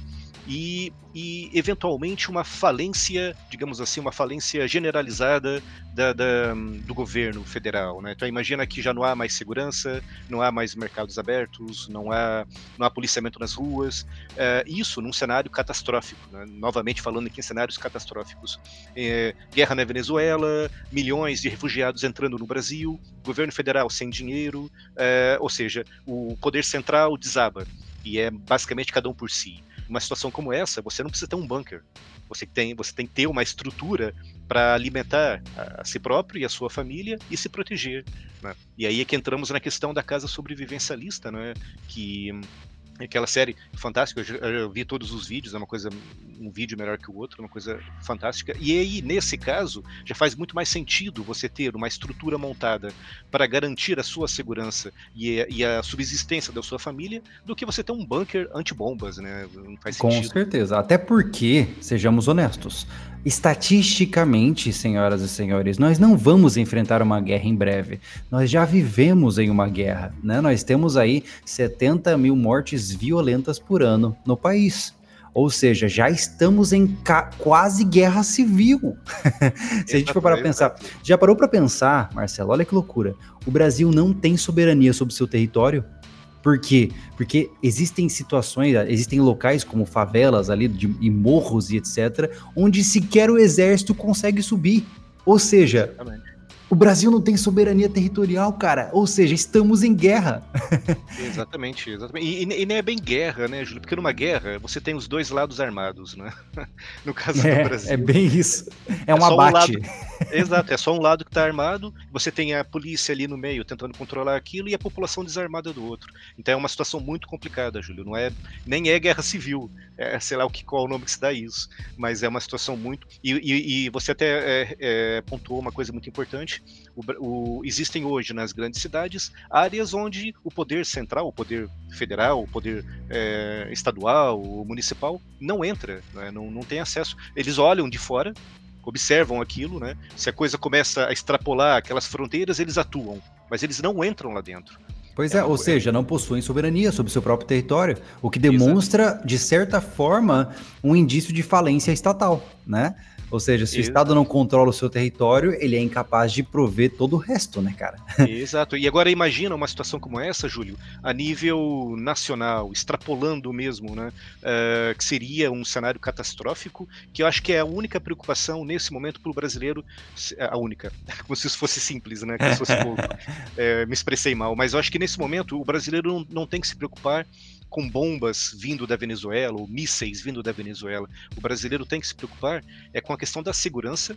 E, e, eventualmente, uma falência, digamos assim, uma falência generalizada da, da, do governo federal, né? Então, imagina que já não há mais segurança, não há mais mercados abertos, não há, não há policiamento nas ruas, é, isso num cenário catastrófico, né? Novamente falando aqui em cenários catastróficos. É, guerra na Venezuela, milhões de refugiados entrando no Brasil, governo federal sem dinheiro, é, ou seja, o poder central desaba, e é basicamente cada um por si. Uma situação como essa, você não precisa ter um bunker. Você tem, você tem que ter uma estrutura para alimentar a, a si próprio e a sua família e se proteger, né? E aí é que entramos na questão da casa sobrevivencialista, né? Que aquela série fantástica, eu, já, eu vi todos os vídeos, é uma coisa, um vídeo melhor que o outro, uma coisa fantástica. E aí, nesse caso, já faz muito mais sentido você ter uma estrutura montada para garantir a sua segurança e a, e a subsistência da sua família, do que você ter um bunker antibombas, né? Não faz sentido. Com certeza, até porque, sejamos honestos, estatisticamente, senhoras e senhores, nós não vamos enfrentar uma guerra em breve. Nós já vivemos em uma guerra, né? Nós temos aí setenta mil mortes violentas por ano no país. Ou seja, já estamos em ca- quase guerra civil. Se a gente for parar para pensar, já parou para pensar, Marcelo, olha que loucura, o Brasil não tem soberania sobre seu território? Por quê? Porque existem situações, existem locais como favelas ali de, e morros e etcétera, onde sequer o exército consegue subir. Ou seja, exatamente, o Brasil não tem soberania territorial, cara. Ou seja, estamos em guerra. Exatamente, exatamente. E, e nem é bem guerra, né, Júlio? Porque numa guerra você tem os dois lados armados, né? No caso é, do Brasil. É bem isso. É um é abate. Um lado... Exato, é só um lado que está armado, você tem a polícia ali no meio tentando controlar aquilo e a população desarmada do outro. Então é uma situação muito complicada, Júlio. Não é, nem é guerra civil, é, sei lá o que, qual o nome que se dá isso, mas é uma situação muito... E, e, e você até é, é, pontuou uma coisa muito importante. O, o, existem hoje nas grandes cidades áreas onde o poder central, o poder federal, o poder é, estadual, o municipal não entra, né? não, não tem acesso. Eles olham de fora, observam aquilo, né? Se a coisa começa a extrapolar aquelas fronteiras, eles atuam, mas eles não entram lá dentro. Pois é, é ou coisa... seja, não possuem soberania sobre seu próprio território, o que demonstra, exato, de certa forma, um indício de falência estatal, né? Ou seja, se Exato. o Estado não controla o seu território, ele é incapaz de prover todo o resto, né, cara? Exato. E agora imagina uma situação como essa, Júlio, a nível nacional, extrapolando mesmo, né? Uh, que seria um cenário catastrófico, que eu acho que é a única preocupação nesse momento para o brasileiro, a única, como se isso fosse simples, né? Que se fosse pouco. É, me expressei mal, mas eu acho que nesse momento o brasileiro não, não tem que se preocupar com bombas vindo da Venezuela, ou mísseis vindo da Venezuela. O brasileiro tem que se preocupar é com a questão da segurança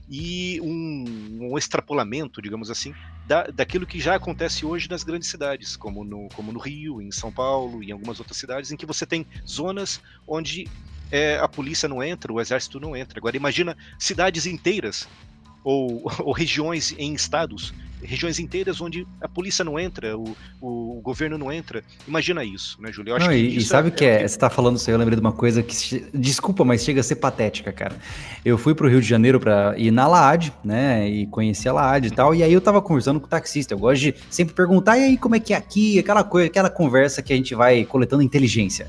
e um, um extrapolamento, digamos assim, da, daquilo que já acontece hoje nas grandes cidades, como no, como no Rio, em São Paulo e em algumas outras cidades, em que você tem zonas onde é, a polícia não entra, o exército não entra. Agora imagina cidades inteiras, ou, ou regiões em estados, regiões inteiras onde a polícia não entra, o, o governo não entra. Imagina isso, né, Júlio? Eu acho não, que e, isso e sabe o é, que é? é... Você tá falando isso aí, eu lembrei de uma coisa que, desculpa, mas chega a ser patética, cara. Eu fui pro Rio de Janeiro pra ir na Laad, né, e conheci a Laad e tal, e aí eu tava conversando com o taxista. Eu gosto de sempre perguntar, e aí, como é que é aqui? Aquela coisa, aquela conversa que a gente vai coletando inteligência.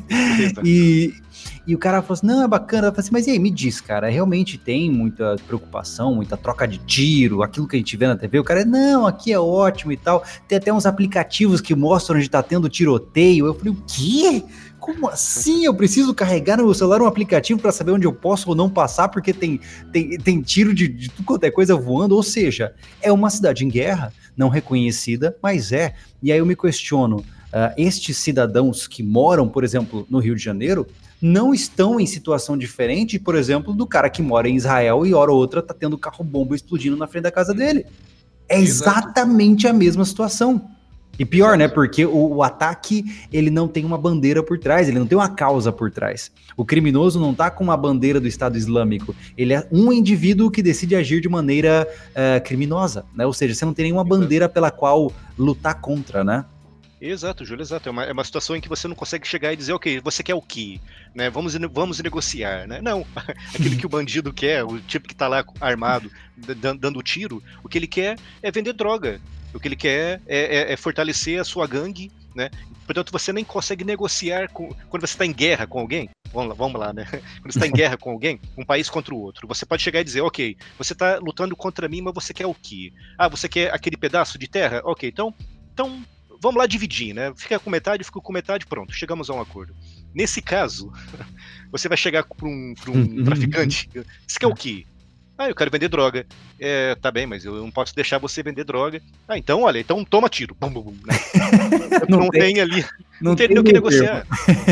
e... E o cara falou assim, não, é bacana. Eu falei assim, mas e aí, me diz, cara, realmente tem muita preocupação, muita troca de tiro, aquilo que a gente vê na T V? O cara, não, aqui é ótimo e tal. Tem até uns aplicativos que mostram onde tá tendo tiroteio. Eu falei, o quê? Como assim? Eu preciso carregar no meu celular um aplicativo para saber onde eu posso ou não passar, porque tem, tem, tem tiro de, de tudo quanto é coisa voando? Ou seja, é uma cidade em guerra, não reconhecida, mas é. E aí eu me questiono, uh, estes cidadãos que moram, por exemplo, no Rio de Janeiro, não estão em situação diferente, por exemplo, do cara que mora em Israel e hora ou outra tá tendo carro-bomba explodindo na frente da casa dele. É exatamente a mesma situação. E pior, né? Porque o, o ataque, ele não tem uma bandeira por trás, ele não tem uma causa por trás. O criminoso não tá com uma bandeira do Estado Islâmico. Ele é um indivíduo que decide agir de maneira uh, criminosa, né? Ou seja, você não tem nenhuma Exato. bandeira pela qual lutar contra, né? Exato, Júlio, exato. É uma, é uma situação em que você não consegue chegar e dizer, ok, você quer o quê? Né? Vamos, vamos negociar, né? Não, aquele que o bandido quer, o tipo que tá lá armado, dando tiro, o que ele quer é vender droga. O que ele quer é, é, é fortalecer a sua gangue, né? Portanto, você nem consegue negociar com, quando você está em guerra com alguém. Vamos lá, vamos lá, né? Quando você está em guerra com alguém, um país contra o outro, você pode chegar e dizer, ok, você está lutando contra mim, mas você quer o quê? Ah, você quer aquele pedaço de terra? Ok, então, então vamos lá dividir, né? Fica com metade, fica com metade, pronto, chegamos a um acordo. Nesse caso, você vai chegar para um, pra um traficante, você quer o quê? Ah, eu quero vender droga. É, tá bem, mas eu não posso deixar você vender droga. Ah, então, olha, então toma tiro. Bum, bum, bum, né? não, não tem, tem ali, não, não tem, tem o que negociar.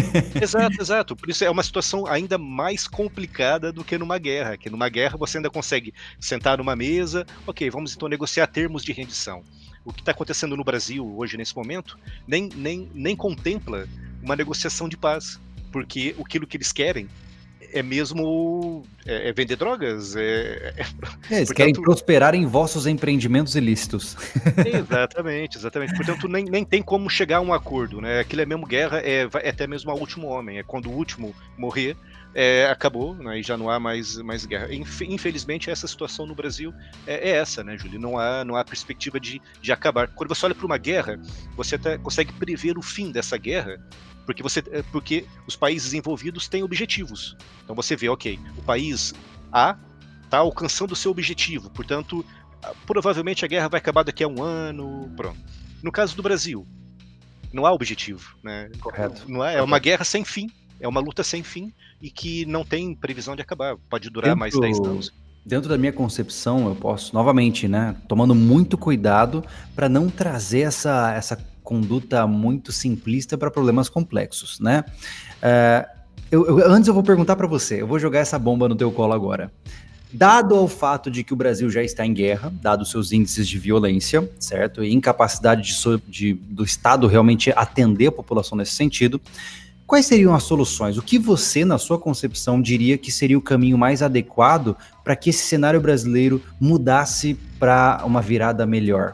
Exato, exato. Por isso é uma situação ainda mais complicada do que numa guerra. Que numa guerra você ainda consegue sentar numa mesa, ok, vamos então negociar termos de rendição. O que está acontecendo no Brasil hoje, nesse momento, nem, nem, nem contempla uma negociação de paz. Porque aquilo que eles querem é mesmo é, é vender drogas. É, é, é, eles portanto, querem prosperar em vossos empreendimentos ilícitos. Exatamente, exatamente. Portanto, nem, nem tem como chegar a um acordo, né? Aquilo é mesmo guerra, é, é até mesmo ao último homem. É quando o último morrer, é, acabou, né? E já não há mais, mais guerra. Infelizmente, essa situação no Brasil é, é essa, né, Júlio? Não há, não há perspectiva de, de acabar. Quando você olha para uma guerra, você até consegue prever o fim dessa guerra, porque, você, porque os países envolvidos têm objetivos. Então você vê, ok, o país A está alcançando o seu objetivo, portanto, provavelmente a guerra vai acabar daqui a um ano, pronto. No caso do Brasil, não há objetivo, né? Correto. Não há, é uma guerra sem fim, é uma luta sem fim e que não tem previsão de acabar, pode durar dentro, mais dez anos. Dentro da minha concepção, eu posso, novamente, né, tomando muito cuidado para não trazer essa, essa conduta muito simplista para problemas complexos, né? Uh, eu, eu, antes eu vou perguntar para você, eu vou jogar essa bomba no teu colo agora. Dado ao fato de que o Brasil já está em guerra, dado os seus índices de violência, certo? E incapacidade de, de, do Estado realmente atender a população nesse sentido, quais seriam as soluções? O que você, na sua concepção, diria que seria o caminho mais adequado para que esse cenário brasileiro mudasse para uma virada melhor?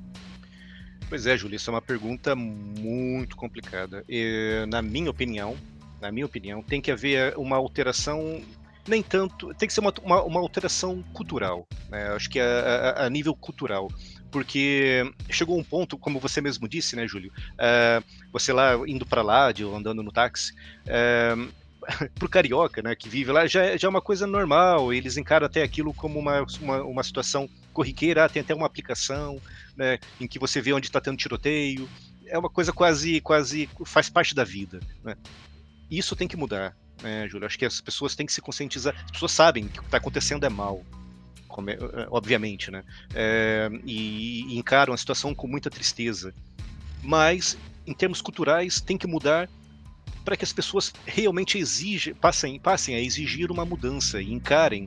Pois é, Júlio, isso é uma pergunta muito complicada. E, na minha opinião, na minha opinião, tem que haver uma alteração, nem tanto, tem que ser uma, uma, uma alteração cultural, né? Acho que é a, a, a nível cultural, porque chegou um ponto, como você mesmo disse, né, Júlio? Uh, você lá indo para lá, de, andando no táxi, uh, pro carioca, né, que vive lá, já, já é uma coisa normal, eles encaram até aquilo como uma, uma, uma situação corriqueira, tem até uma aplicação, né, em que você vê onde está tendo tiroteio, é uma coisa quase, quase faz parte da vida, né? Isso tem que mudar, né, Júlio? Acho que as pessoas têm que se conscientizar, as pessoas sabem que o que está acontecendo é mal, como é, obviamente, né, é, e, e encaram a situação com muita tristeza, mas em termos culturais tem que mudar para que as pessoas realmente exigem, passem, passem a exigir uma mudança e encarem,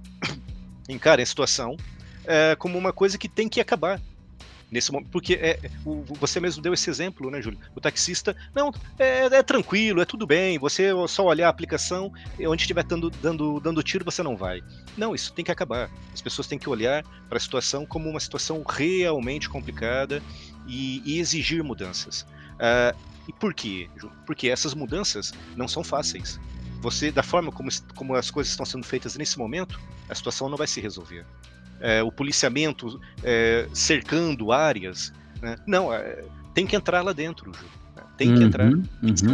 encarem a situação é, como uma coisa que tem que acabar. Nesse momento, porque é, o, você mesmo deu esse exemplo, né, Júlio? O taxista, não, é, é tranquilo, é tudo bem, você só olhar a aplicação, onde estiver dando, dando, dando tiro, você não vai. Não, isso tem que acabar. As pessoas têm que olhar para a situação como uma situação realmente complicada e, e exigir mudanças. Uh, e por quê, Júlio? Porque essas mudanças não são fáceis. Você, da forma como, como as coisas estão sendo feitas nesse momento, a situação não vai se resolver. É, o policiamento é, cercando áreas, né? Não, é, tem que entrar lá dentro, Ju, né? Tem que uhum, entrar. Uhum.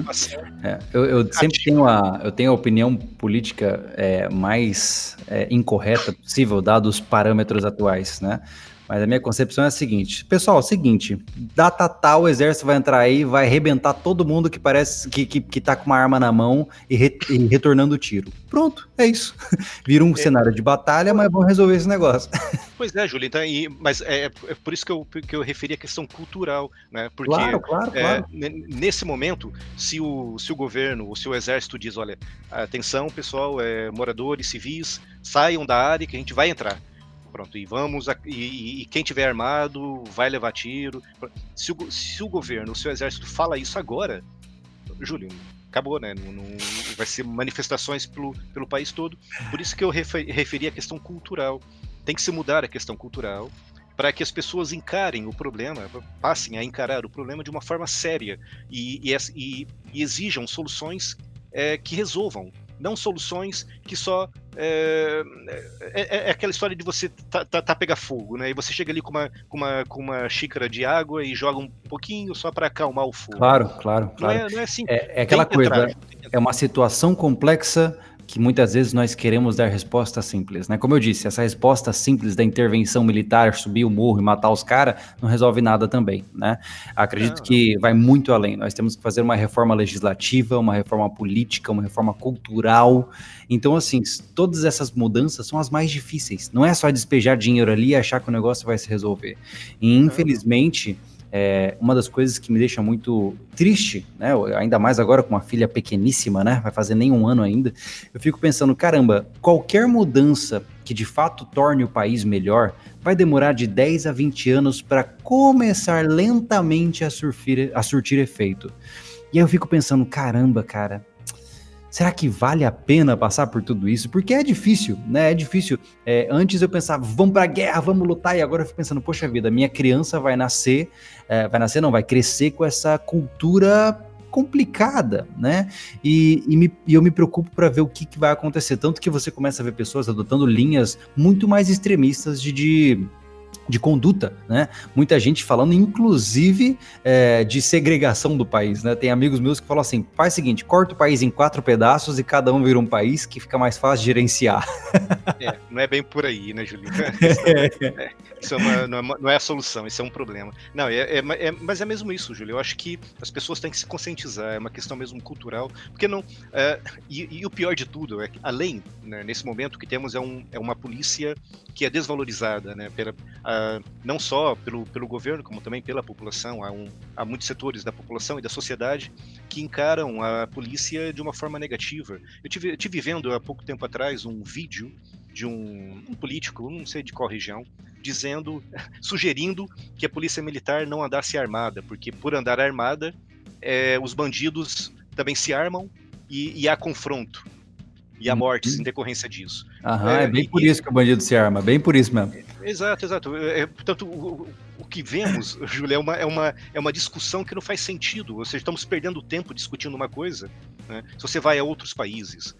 É, eu eu sempre tenho a, eu tenho a opinião política é, mais é, incorreta possível, dados os parâmetros atuais, né? Mas a minha concepção é a seguinte, pessoal, é o seguinte, data tal, o exército vai entrar aí, vai arrebentar todo mundo que parece que, que, que tá com uma arma na mão e, re, e retornando o tiro. Pronto, é isso. Vira um é. cenário de batalha, mas vamos resolver esse negócio. Pois é, Júlio, então, e, mas é, é por isso que eu, que eu referi a questão cultural, né? Porque claro, claro, é, claro. nesse momento, se o, se o governo ou se o exército diz, olha, atenção pessoal, é, moradores civis, saiam da área que a gente vai entrar. Pronto, e vamos, a, e, e quem tiver armado vai levar tiro. Se o, se o governo, o seu exército fala isso agora, Júlio, acabou, né? Não, não, vai ser manifestações pelo, pelo país todo. Por isso que eu referi à questão cultural. Tem que se mudar a questão cultural para que as pessoas encarem o problema, passem a encarar o problema de uma forma séria e, e, e, e exijam soluções é, que resolvam. Não soluções que só... É, é, é aquela história de você tá, tá, tá pegar fogo, né? E você chega ali com uma, com, uma, com uma xícara de água e joga um pouquinho só para acalmar o fogo. Claro, claro, claro. Não é, não é assim. É, é aquela coisa, entrar, é uma situação complexa que muitas vezes nós queremos dar resposta simples, né? Como eu disse, essa resposta simples da intervenção militar, subir o morro e matar os caras, não resolve nada também, né? Acredito não, que não. vai muito além. Nós temos que fazer uma reforma legislativa, uma reforma política, uma reforma cultural. Então, assim, todas essas mudanças são as mais difíceis. Não é só despejar dinheiro ali e achar que o negócio vai se resolver. E, infelizmente... É, uma das coisas que me deixa muito triste, né, ainda mais agora com uma filha pequeníssima, né, vai fazer nem um ano ainda, eu fico pensando, caramba, qualquer mudança que de fato torne o país melhor, vai demorar de dez a vinte anos para começar lentamente a, surfir, a surtir efeito. E aí eu fico pensando, caramba, cara, será que vale a pena passar por tudo isso? Porque é difícil, né? É difícil. É, antes eu pensava, vamos pra guerra, vamos lutar, e agora eu fico pensando, poxa vida, minha criança vai nascer, é, vai nascer não, vai crescer com essa cultura complicada, né? E, e, me, e eu me preocupo para ver o que, que vai acontecer. Tanto que você começa a ver pessoas adotando linhas muito mais extremistas de... de de conduta, né? Muita gente falando, inclusive, é, de segregação do país, né? Tem amigos meus que falam assim, faz o seguinte, corta o país em quatro pedaços e cada um vira um país que fica mais fácil de gerenciar. É, não é bem por aí, né, Julito? Isso, é, isso é uma, não, é uma, não é a solução, isso é um problema. Não, é, é, é, mas é mesmo isso, Júlio. Eu acho que as pessoas têm que se conscientizar, é uma questão mesmo cultural, porque não... É, e, e o pior de tudo é que, além, né, nesse momento, o que temos é, um, é uma polícia que é desvalorizada, né, pela, a, não só pelo, pelo governo, como também pela população. Há, um, há muitos setores da população e da sociedade que encaram a polícia de uma forma negativa. Eu tive, eu tive vendo há pouco tempo atrás um vídeo de um, um político, não sei de qual região, dizendo, sugerindo que a polícia militar não andasse armada, porque por andar armada, é, os bandidos também se armam e, e há confronto. E há mortes em decorrência disso. Aham, é, é bem e, por isso que o bandido se arma, bem por isso mesmo. Exato, exato. É, portanto, o, o que vemos, Júlia, é uma, é, uma, é uma discussão que não faz sentido. Ou seja, estamos perdendo tempo discutindo uma coisa, né? Se você vai a outros países,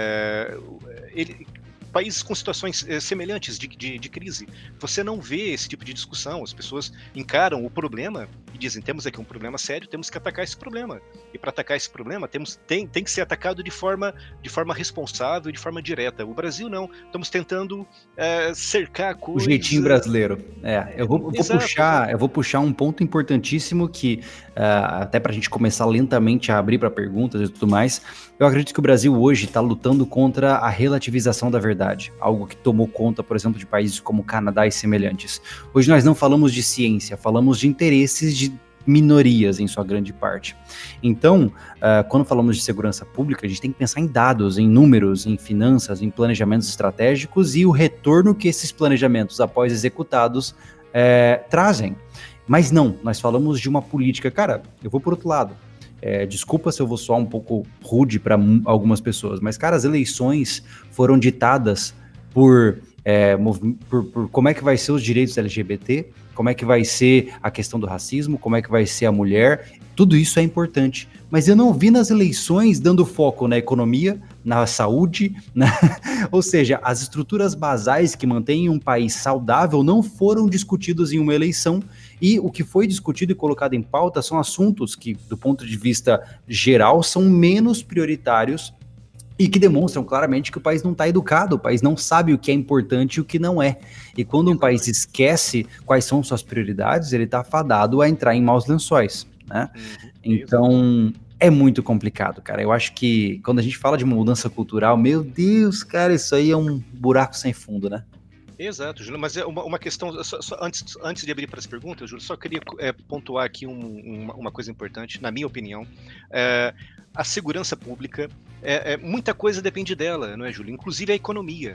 é, ele... países com situações eh, semelhantes de, de, de crise, você não vê esse tipo de discussão. As pessoas encaram o problema e dizem, temos aqui um problema sério, temos que atacar esse problema. E para atacar esse problema, temos, tem, tem que ser atacado de forma, de forma responsável e de forma direta. O Brasil não. Estamos tentando eh, cercar coisas... O jeitinho brasileiro. É, eu vou, eu vou Exato, puxar, exato. eu vou puxar um ponto importantíssimo que, uh, até para a gente começar lentamente a abrir para perguntas e tudo mais, eu acredito que o Brasil hoje está lutando contra a relativização da verdade, algo que tomou conta, por exemplo, de países como Canadá e semelhantes. Hoje nós não falamos de ciência, falamos de interesses de minorias em sua grande parte. Então, uh, quando falamos de segurança pública, a gente tem que pensar em dados, em números, em finanças, em planejamentos estratégicos e o retorno que esses planejamentos, após executados, é, trazem. Mas não, nós falamos de uma política. Cara, eu vou por outro lado. É, desculpa se eu vou soar um pouco rude para algumas pessoas, mas, cara, as eleições foram ditadas por, é, por, por como é que vai ser os direitos L G B T, como é que vai ser a questão do racismo, como é que vai ser a mulher, tudo isso é importante. Mas eu não vi nas eleições dando foco na economia, na saúde, na... ou seja, as estruturas basais que mantêm um país saudável não foram discutidos em uma eleição, e o que foi discutido e colocado em pauta são assuntos que, do ponto de vista geral, são menos prioritários e que demonstram claramente que o país não está educado, o país não sabe o que é importante e o que não é. E quando um país esquece quais são suas prioridades, ele está fadado a entrar em maus lençóis, né? Uhum, então, é muito complicado, cara. Eu acho que quando a gente fala de uma mudança cultural, meu Deus, cara, isso aí é um buraco sem fundo, né? Exato, Júlio, mas é uma, uma questão, só, só, antes, antes de abrir para as perguntas, Júlio, só queria é, pontuar aqui um, uma, uma coisa importante, na minha opinião. É, a segurança pública, é, é, muita coisa depende dela, não é, Júlio? Inclusive a economia.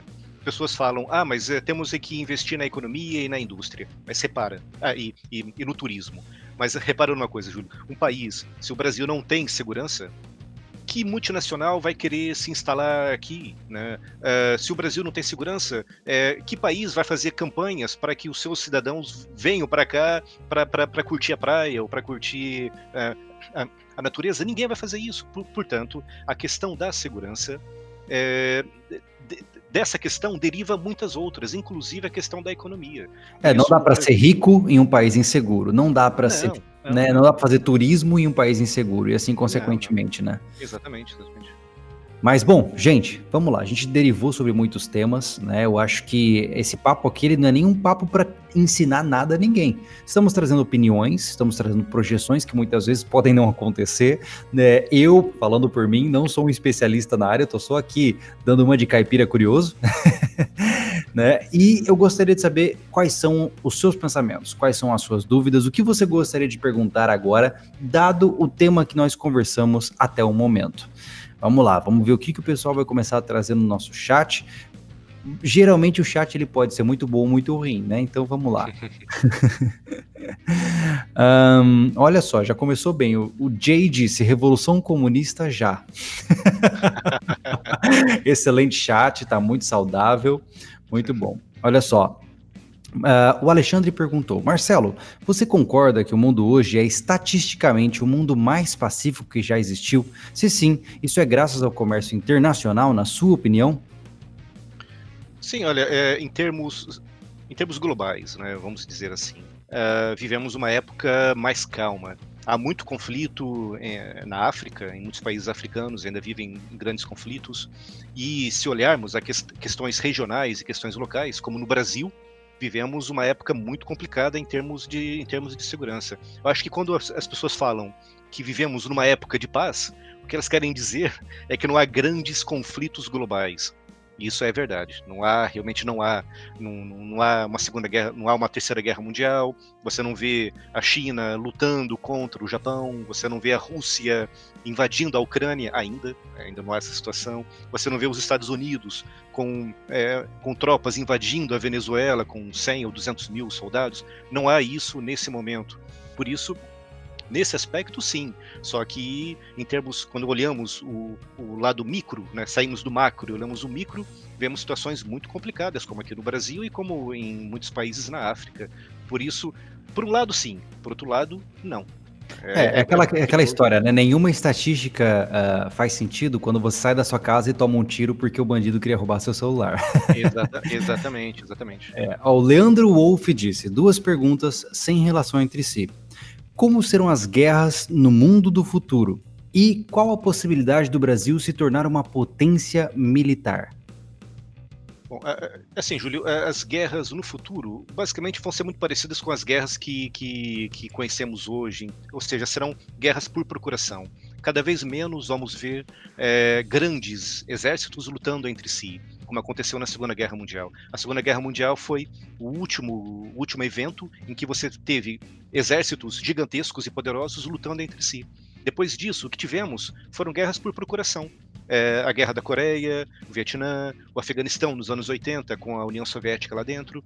pessoas falam, ah, mas é, temos que investir na economia e na indústria, mas repara, ah, e, e, e no turismo. Mas repara numa coisa, Júlio, um país, se o Brasil não tem segurança, que multinacional vai querer se instalar aqui, né? Uh, se o Brasil não tem segurança, uh, que país vai fazer campanhas para que os seus cidadãos venham para cá para curtir a praia ou para curtir uh, a, a natureza? Ninguém vai fazer isso. Por, portanto, a questão da segurança, uh, de, dessa questão deriva muitas outras, inclusive a questão da economia. É, não dá para ser rico em um país inseguro, não dá para ser... Não, né? Não dá para fazer turismo em um país inseguro, e assim consequentemente, não, não. né? Exatamente, exatamente. Mas, bom, gente, vamos lá. A gente derivou sobre muitos temas, né? Eu acho que esse papo aqui ele não é nenhum papo para ensinar nada a ninguém. Estamos trazendo opiniões, estamos trazendo projeções que muitas vezes podem não acontecer, né? Eu, falando por mim, não sou um especialista na área, eu tô só aqui dando uma de caipira curioso, né? E eu gostaria de saber quais são os seus pensamentos, quais são as suas dúvidas, o que você gostaria de perguntar agora, dado o tema que nós conversamos até o momento. Vamos lá, vamos ver o que, que o pessoal vai começar a trazer no nosso chat. Geralmente o chat ele pode ser muito bom ou muito ruim, né? Então vamos lá. um, olha só, já começou bem. O, o Jay disse, Revolução Comunista já. Excelente chat, tá muito saudável, muito bom. Olha só. Uh, o Alexandre perguntou, Marcelo, você concorda que o mundo hoje é estatisticamente o mundo mais pacífico que já existiu? Se sim, isso é graças ao comércio internacional, na sua opinião? Sim, olha, é, em, termos, em termos globais, né, vamos dizer assim, uh, vivemos uma época mais calma. Há muito conflito é, na África, em muitos países africanos ainda vivem grandes conflitos, e se olharmos a que, questões regionais e questões locais, como no Brasil, vivemos uma época muito complicada em termos de, em termos de segurança. Eu acho que quando as, as pessoas falam que vivemos numa época de paz, o que elas querem dizer é que não há grandes conflitos globais. Isso é verdade. Não há, realmente não há, não, não há uma segunda guerra, não há uma terceira guerra mundial. Você não vê a China lutando contra o Japão. Você não vê a Rússia invadindo a Ucrânia ainda. Ainda não há essa situação. Você não vê os Estados Unidos com, é, com tropas invadindo a Venezuela com cem ou duzentos mil soldados. Não há isso nesse momento. Por isso, nesse aspecto, sim. Só que, em termos, quando olhamos o, o lado micro, né, saímos do macro e olhamos o micro, vemos situações muito complicadas, como aqui no Brasil e como em muitos países na África. Por isso, por um lado, sim. Por outro lado, não. É, é, é aquela, é aquela história, né? Nenhuma estatística uh, faz sentido quando você sai da sua casa e toma um tiro porque o bandido queria roubar seu celular. Exata, exatamente, exatamente. É, ó, o Leandro Wolff disse, duas perguntas sem relação entre si. Como serão as guerras no mundo do futuro? E qual a possibilidade do Brasil se tornar uma potência militar? Bom, assim, Júlio, as guerras no futuro basicamente vão ser muito parecidas com as guerras que, que, que conhecemos hoje, ou seja, serão guerras por procuração. Cada vez menos vamos ver é, grandes exércitos lutando entre si, como aconteceu na Segunda Guerra Mundial. A Segunda Guerra Mundial foi o último, o último evento em que você teve exércitos gigantescos e poderosos lutando entre si. Depois disso, o que tivemos foram guerras por procuração. É, a Guerra da Coreia, o Vietnã, o Afeganistão nos anos oitenta, com a União Soviética lá dentro.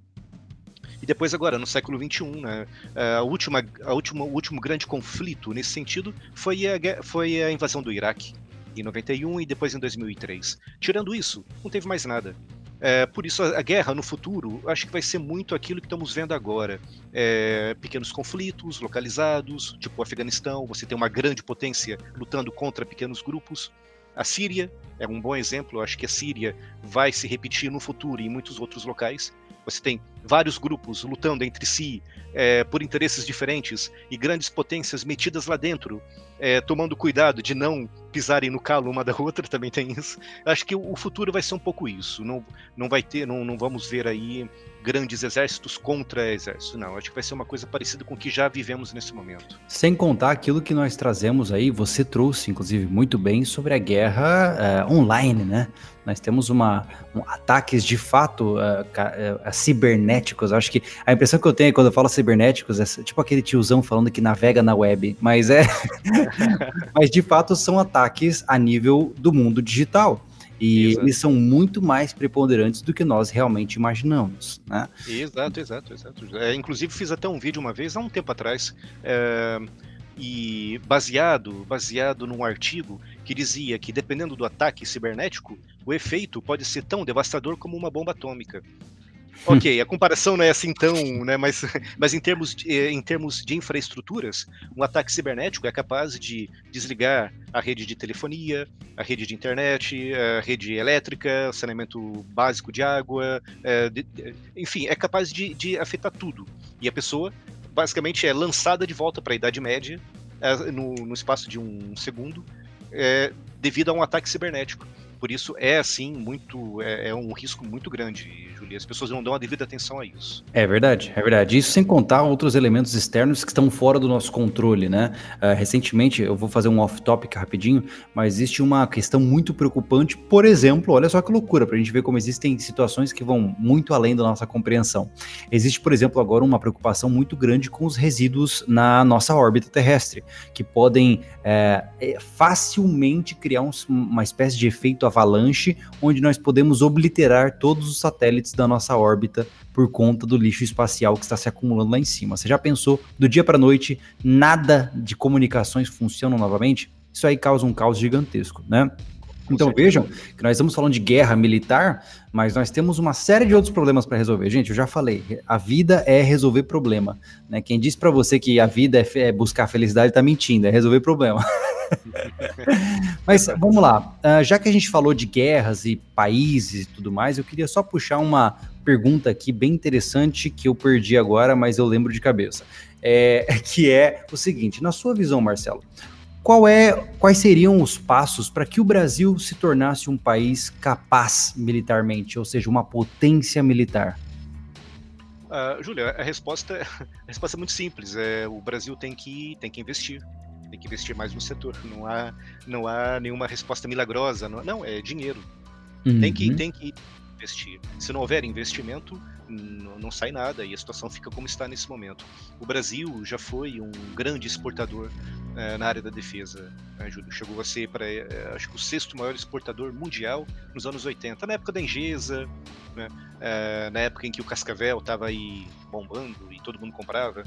E depois agora, no século vinte e um, né, a última, a última, o último grande conflito nesse sentido foi a, foi a invasão do Iraque, em noventa e um e depois em dois mil e três. Tirando isso, não teve mais nada. É, por isso, a, a guerra no futuro, acho que vai ser muito aquilo que estamos vendo agora. É, pequenos conflitos localizados, tipo o Afeganistão, você tem uma grande potência lutando contra pequenos grupos. A Síria é um bom exemplo, eu acho que a Síria vai se repetir no futuro e em muitos outros locais. Você tem vários grupos lutando entre si é, por interesses diferentes e grandes potências metidas lá dentro, é, tomando cuidado de não pisarem no calo uma da outra, também tem isso. Acho que o futuro vai ser um pouco isso. Não, não vai ter, não, não vamos ver aí grandes exércitos contra exércitos. Não, acho que vai ser uma coisa parecida com o que já vivemos nesse momento. Sem contar aquilo que nós trazemos aí, você trouxe, inclusive, muito bem sobre a guerra uh, online, né? Nós temos uma, um, ataques de fato uh, uh, cibernéticos. Acho que a impressão que eu tenho quando eu falo cibernéticos é tipo aquele tiozão falando que navega na web, mas é, mas de fato são ataques a nível do mundo digital. E Exato. eles são muito mais preponderantes do que nós realmente imaginamos, né? Exato, exato, exato. É, inclusive fiz até um vídeo uma vez, há um tempo atrás, é, e baseado, baseado num artigo que dizia que dependendo do ataque cibernético, o efeito pode ser tão devastador como uma bomba atômica. Ok, a comparação não é assim tão, né, mas, mas em, termos de, em termos de infraestruturas, um ataque cibernético é capaz de desligar a rede de telefonia, a rede de internet, a rede elétrica, saneamento básico de água, é, de, enfim, é capaz de, de afetar tudo. E a pessoa, basicamente, é lançada de volta para a Idade Média, é, no, no espaço de um segundo, é, devido a um ataque cibernético. Por isso é assim muito é, é um risco muito grande, Julia. As pessoas não dão a devida atenção a isso. É verdade, é verdade. Isso sem contar outros elementos externos que estão fora do nosso controle, né? Uh, recentemente, eu vou fazer um off-topic rapidinho, mas existe uma questão muito preocupante. Por exemplo, olha só que loucura, para a gente ver como existem situações que vão muito além da nossa compreensão. Existe, por exemplo, agora uma preocupação muito grande com os resíduos na nossa órbita terrestre, que podem é, facilmente criar um, uma espécie de efeito avalanche, onde nós podemos obliterar todos os satélites da nossa órbita por conta do lixo espacial que está se acumulando lá em cima. Você já pensou, do dia para a noite, nada de comunicações funcionam novamente? Isso aí causa um caos gigantesco, né? Então vejam que nós estamos falando de guerra militar, mas nós temos uma série de outros problemas para resolver. Gente, eu já falei, a vida é resolver problema, né? Quem disse para você que a vida é, é buscar felicidade está mentindo, é resolver problema. Mas vamos lá, uh, já que a gente falou de guerras e países e tudo mais, eu queria só puxar uma pergunta aqui bem interessante que eu perdi agora, mas eu lembro de cabeça, é, que é o seguinte, na sua visão, Marcelo, qual é, quais seriam os passos para que o Brasil se tornasse um país capaz militarmente, ou seja, uma potência militar? Uh, Júlia, a resposta, a resposta é muito simples, é, o Brasil tem que, tem que investir. Tem que investir mais no setor. Não há, não há nenhuma resposta milagrosa. Não, não é dinheiro. Uhum. Tem que, tem que investir. Se não houver investimento, não, não sai nada e a situação fica como está nesse momento. O Brasil já foi um grande exportador eh, na área da defesa, né, Júlio? Chegou a ser, para, eh, acho que o sexto maior exportador mundial nos anos oitenta, na época da Engesa, né, eh, na época em que o Cascavel estava aí bombando e todo mundo comprava.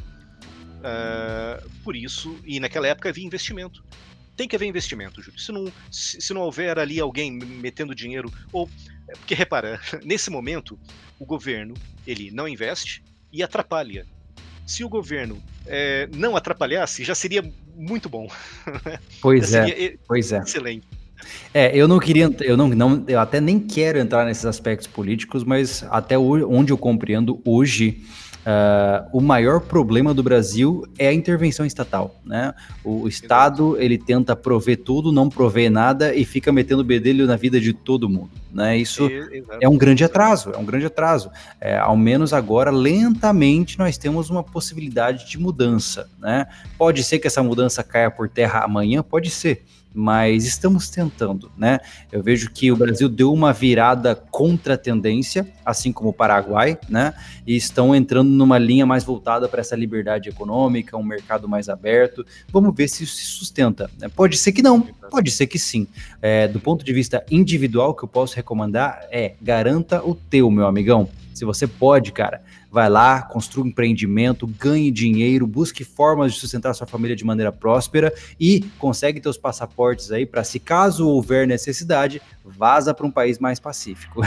Uh, por isso, e naquela época havia investimento. Tem que haver investimento, Júlio. Se não, se, se não houver ali alguém metendo dinheiro, ou porque repara, nesse momento o governo ele não investe e atrapalha. Se o governo é, não atrapalhasse, já seria muito bom. Pois é, seria pois é. Excelente. É, eu não queria, eu não, não, eu até nem quero entrar nesses aspectos políticos, mas até onde eu compreendo hoje. Uh, o maior problema do Brasil é a intervenção estatal, né? O Estado, ele tenta prover tudo, não provê nada e fica metendo bedelho na vida de todo mundo, né? Isso Exato. é um grande atraso, é um grande atraso. É, ao menos agora, lentamente, nós temos uma possibilidade de mudança, né? Pode ser que essa mudança caia por terra amanhã, pode ser, mas estamos tentando, né? Eu vejo que o Brasil deu uma virada contra a tendência, assim como o Paraguai, né? E estão entrando numa linha mais voltada para essa liberdade econômica, um mercado mais aberto. Vamos ver se isso se sustenta, né? Pode ser que não, pode ser que sim. É, do ponto de vista individual, o que eu posso recomendar é garanta o teu, meu amigão. Se você pode, cara, vai lá, construa um empreendimento, ganhe dinheiro, busque formas de sustentar sua família de maneira próspera e consegue teus passaportes aí para, se caso houver necessidade, vaza para um país mais pacífico.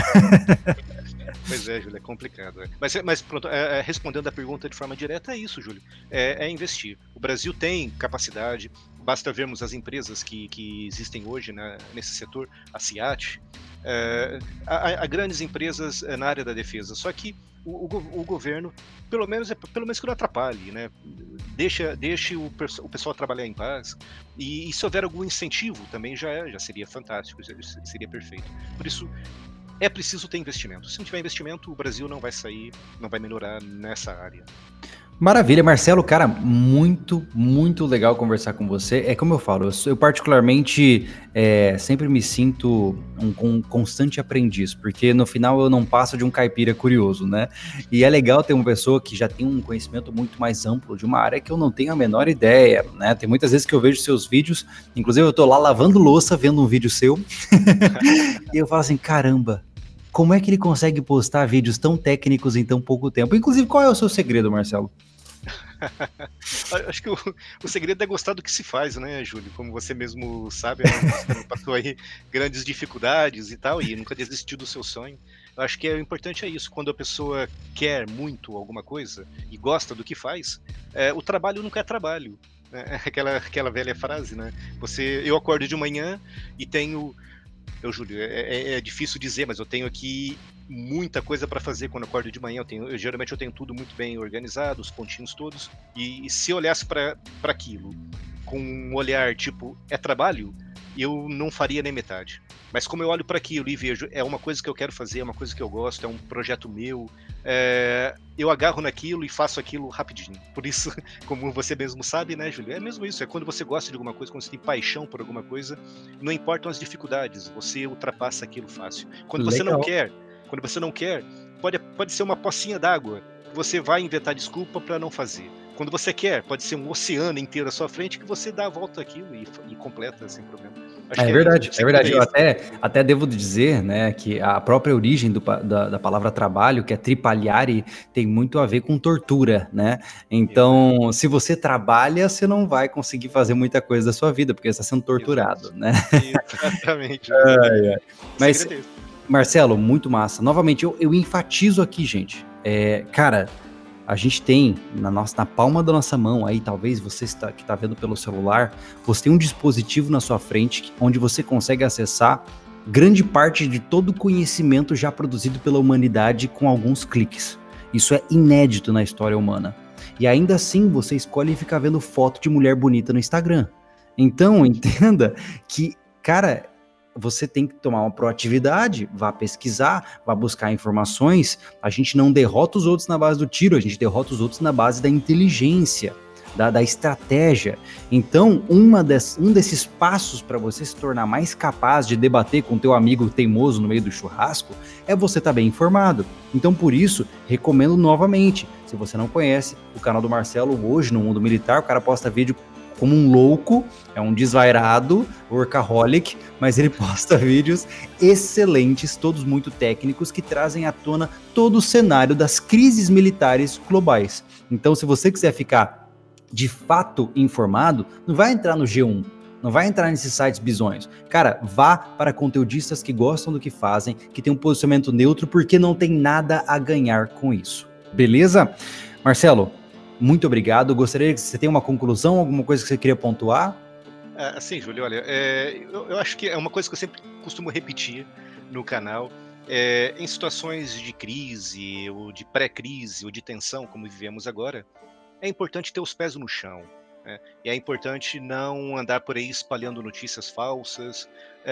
Pois é, Júlio, é complicado. É. Mas, mas pronto, é, é, respondendo a pergunta de forma direta, é isso, Júlio. É, é investir. O Brasil tem capacidade, basta vermos as empresas que, que existem hoje, né, nesse setor, a CIAT, é, há, há grandes empresas na área da defesa, só que o, o, o governo, pelo menos, é, pelo menos que não atrapalhe, né? Deixa, deixe o, o pessoal trabalhar em paz, e, e se houver algum incentivo também já, é, já seria fantástico, já seria perfeito. Por isso, é preciso ter investimento. Se não tiver investimento, o Brasil não vai sair, não vai melhorar nessa área. Maravilha, Marcelo, cara, muito, muito legal conversar com você. É como eu falo, eu, sou- eu particularmente é, sempre me sinto um, um constante aprendiz, porque no final eu não passo de um caipira curioso, né? E é legal ter uma pessoa que já tem um conhecimento muito mais amplo de uma área que eu não tenho a menor ideia, né? Tem muitas vezes que eu vejo seus vídeos, inclusive eu tô lá lavando louça vendo um vídeo seu, e eu falo assim, caramba, como é que ele consegue postar vídeos tão técnicos em tão pouco tempo? Inclusive, qual é o seu segredo, Marcelo? Acho que o, o segredo é gostar do que se faz, né, Júlio? Como você mesmo sabe, né, você passou aí grandes dificuldades e tal, e nunca desistiu do seu sonho. Eu acho que é, o importante é isso, quando a pessoa quer muito alguma coisa e gosta do que faz, é, o trabalho nunca é trabalho. Né? Aquela, aquela velha frase, né? Você, eu acordo de manhã e tenho eu, Júlio, é, é, é difícil dizer, mas eu tenho aqui muita coisa para fazer quando eu acordo de manhã. Eu tenho, eu, geralmente eu tenho tudo muito bem organizado, os pontinhos todos. E, e se eu olhasse para aquilo com um olhar tipo, é trabalho, eu não faria nem metade. Mas como eu olho para aquilo e vejo, é uma coisa que eu quero fazer, é uma coisa que eu gosto, é um projeto meu, é, eu agarro naquilo e faço aquilo rapidinho. Por isso, como você mesmo sabe, né, Júlio? É mesmo isso, é quando você gosta de alguma coisa, quando você tem paixão por alguma coisa, não importam as dificuldades, você ultrapassa aquilo fácil. Quando você não Legal. quer, quando você não quer, pode, pode ser uma pocinha d'água, você vai inventar desculpa para não fazer. Quando você quer, pode ser um oceano inteiro à sua frente que você dá a volta àquilo e, e completa sem problema. Acho É que é isso. verdade, é verdade. Eu até, até devo dizer, né, que a própria origem do, da, da palavra trabalho, que é tripaliare, tem muito a ver com tortura, né? Então, Exato. Se você trabalha, você não vai conseguir fazer muita coisa da sua vida, porque você está sendo torturado, Exato. Né? Exatamente. exatamente. É, é. Mas, Marcelo, muito massa. Novamente, eu, eu enfatizo aqui, gente. É, cara, a gente tem na, nossa, na palma da nossa mão, aí talvez você está, que está vendo pelo celular, você tem um dispositivo na sua frente onde você consegue acessar grande parte de todo o conhecimento já produzido pela humanidade com alguns cliques. Isso é inédito na história humana. E ainda assim você escolhe ficar vendo foto de mulher bonita no Instagram. Então entenda que, cara, você tem que tomar uma proatividade, vá pesquisar, vá buscar informações. A gente não derrota os outros na base do tiro, a gente derrota os outros na base da inteligência, da, da estratégia. Então, uma des, um desses passos para você se tornar mais capaz de debater com teu amigo teimoso no meio do churrasco é você estar bem informado. Então, por isso, recomendo novamente, se você não conhece, o canal do Marcelo hoje no mundo militar, o cara posta vídeo como um louco, é um desvairado, workaholic, mas ele posta vídeos excelentes, todos muito técnicos, que trazem à tona todo o cenário das crises militares globais. Então, se você quiser ficar de fato informado, não vai entrar no G um, não vai entrar nesses sites bizonhos. Cara, vá para conteudistas que gostam do que fazem, que tem um posicionamento neutro, porque não tem nada a ganhar com isso. Beleza? Marcelo, muito obrigado. Gostaria que você tenha uma conclusão, alguma coisa que você queria pontuar? Ah, sim, Júlio, olha, é, eu, eu acho que é uma coisa que eu sempre costumo repetir no canal. É, em situações de crise, ou de pré-crise, ou de tensão, como vivemos agora, é importante ter os pés no chão. Né? E é importante não andar por aí espalhando notícias falsas,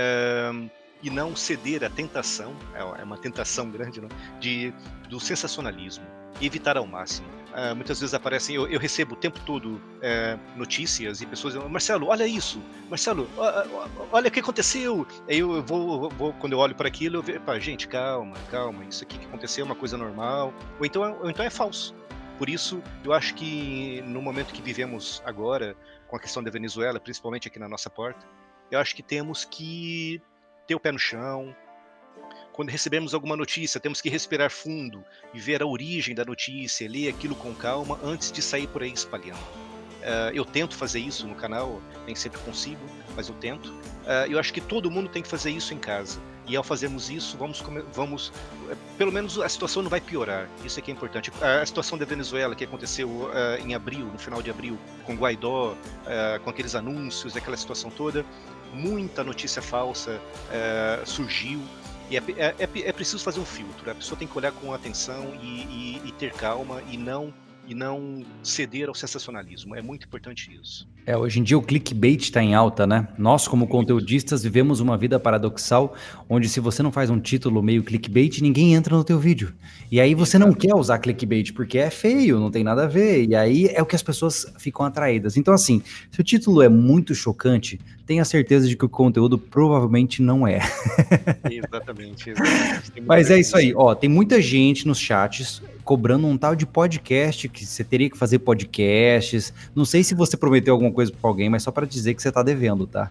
é, e não ceder à tentação, é uma tentação grande, não? De, do sensacionalismo, e evitar ao máximo. Uh, muitas vezes aparecem, eu, eu recebo o tempo todo uh, notícias e pessoas dizendo, Marcelo, olha isso, Marcelo, olha o que aconteceu. Aí eu vou, vou quando eu olho para aquilo, eu vejo, pá, gente, calma, calma, isso aqui que aconteceu é uma coisa normal, ou então, ou então é falso. Por isso, eu acho que no momento que vivemos agora, com a questão da Venezuela, principalmente aqui na nossa porta, eu acho que temos que ter o pé no chão. Quando recebemos alguma notícia, temos que respirar fundo e ver a origem da notícia, ler aquilo com calma antes de sair por aí espalhando. Uh, eu tento fazer isso no canal, nem sempre consigo, mas eu tento. Uh, eu acho que todo mundo tem que fazer isso em casa. E ao fazermos isso, vamos, vamos uh, pelo menos a situação não vai piorar. Isso é que é importante. Uh, a situação da Venezuela, que aconteceu uh, em abril, no final de abril, com Guaidó, uh, com aqueles anúncios, aquela situação toda, muita notícia falsa uh, surgiu. E é, é, é preciso fazer um filtro, a pessoa tem que olhar com atenção e, e, e ter calma e não e não ceder ao sensacionalismo. É muito importante isso. É, hoje em dia o clickbait está em alta, né? Nós, como conteudistas, vivemos uma vida paradoxal, onde se você não faz um título meio clickbait, ninguém entra no teu vídeo. E aí você não quer usar clickbait, porque é feio, não tem nada a ver. E aí é o que as pessoas ficam atraídas. Então, assim, se o título é muito chocante, tenha certeza de que o conteúdo provavelmente não é. Exatamente, exatamente. Mas é isso aí, ó, tem muita gente nos chats cobrando um tal de podcast, que você teria que fazer podcasts. Não sei se você prometeu alguma coisa pra alguém, mas só para dizer que você tá devendo, tá?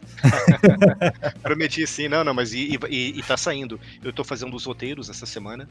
Prometi sim, não, não, mas e, e, e tá saindo. Eu tô fazendo os roteiros essa semana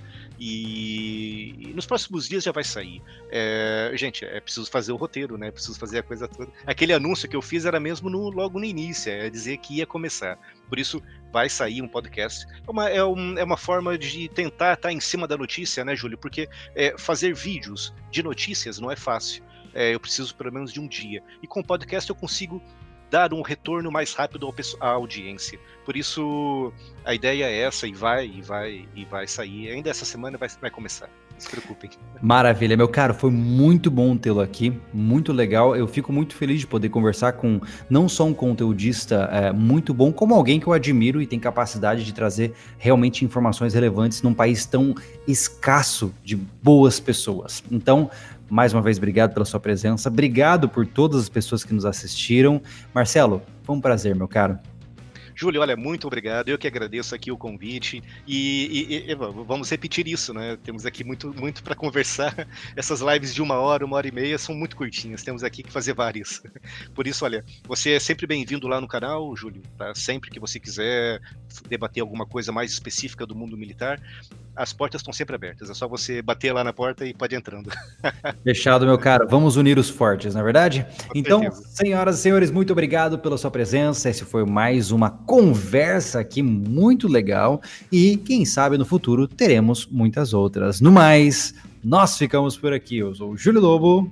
e, e nos próximos dias já vai sair. É, gente, é preciso fazer o roteiro, né? Preciso fazer a coisa toda. Aquele anúncio que eu fiz era mesmo no, logo no início, é dizer que ia começar. Por isso, vai sair um podcast. É uma, é um, é uma forma de tentar estar em cima da notícia, né, Júlio? Porque é, fazer vídeos de notícias não é fácil. É, eu preciso pelo menos de um dia. E com o podcast eu consigo dar um retorno mais rápido à audiência. Por isso, a ideia é essa, e vai, e vai, e vai sair. Ainda essa semana vai, vai começar. Não se preocupem. Maravilha, meu caro, foi muito bom tê-lo aqui, muito legal. Eu fico muito feliz de poder conversar com não só um conteudista é, muito bom, como alguém que eu admiro e tem capacidade de trazer realmente informações relevantes num país tão escasso de boas pessoas. Então, mais uma vez, obrigado pela sua presença, obrigado por todas as pessoas que nos assistiram. Marcelo, foi um prazer, meu caro. Júlio, olha, muito obrigado, eu que agradeço aqui o convite e, e, e vamos repetir isso, né? Temos aqui muito, muito para conversar. Essas lives de uma hora, uma hora e meia são muito curtinhas, temos aqui que fazer várias. Por isso, olha, você é sempre bem-vindo lá no canal, Júlio, tá? Sempre que você quiser debater alguma coisa mais específica do mundo militar, as portas estão sempre abertas, é só você bater lá na porta e pode ir entrando. Fechado, meu caro, vamos unir os fortes, não é verdade? Com então, certeza. Senhoras e senhores, muito obrigado pela sua presença, esse foi mais uma conversa aqui muito legal e quem sabe no futuro teremos muitas outras. No mais, nós ficamos por aqui. Eu sou o Júlio Lobo.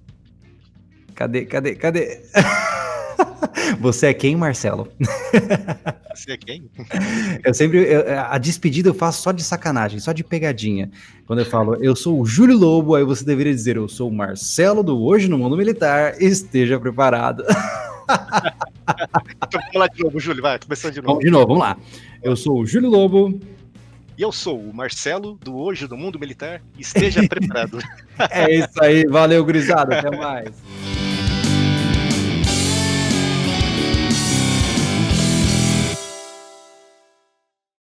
Cadê, cadê, cadê? Você é quem, Marcelo? Você é quem? Eu sempre, eu, a despedida eu faço só de sacanagem, só de pegadinha. Quando eu falo, eu sou o Júlio Lobo, aí você deveria dizer, eu sou o Marcelo do Hoje no Mundo Militar, esteja preparado. Então vamos lá de novo, Júlio, vai, começando de novo. Vamos de novo, vamos lá. Eu sou o Júlio Lobo. E eu sou o Marcelo, do Hoje do Mundo Militar. Esteja preparado. É isso aí, valeu, gurizada, até mais.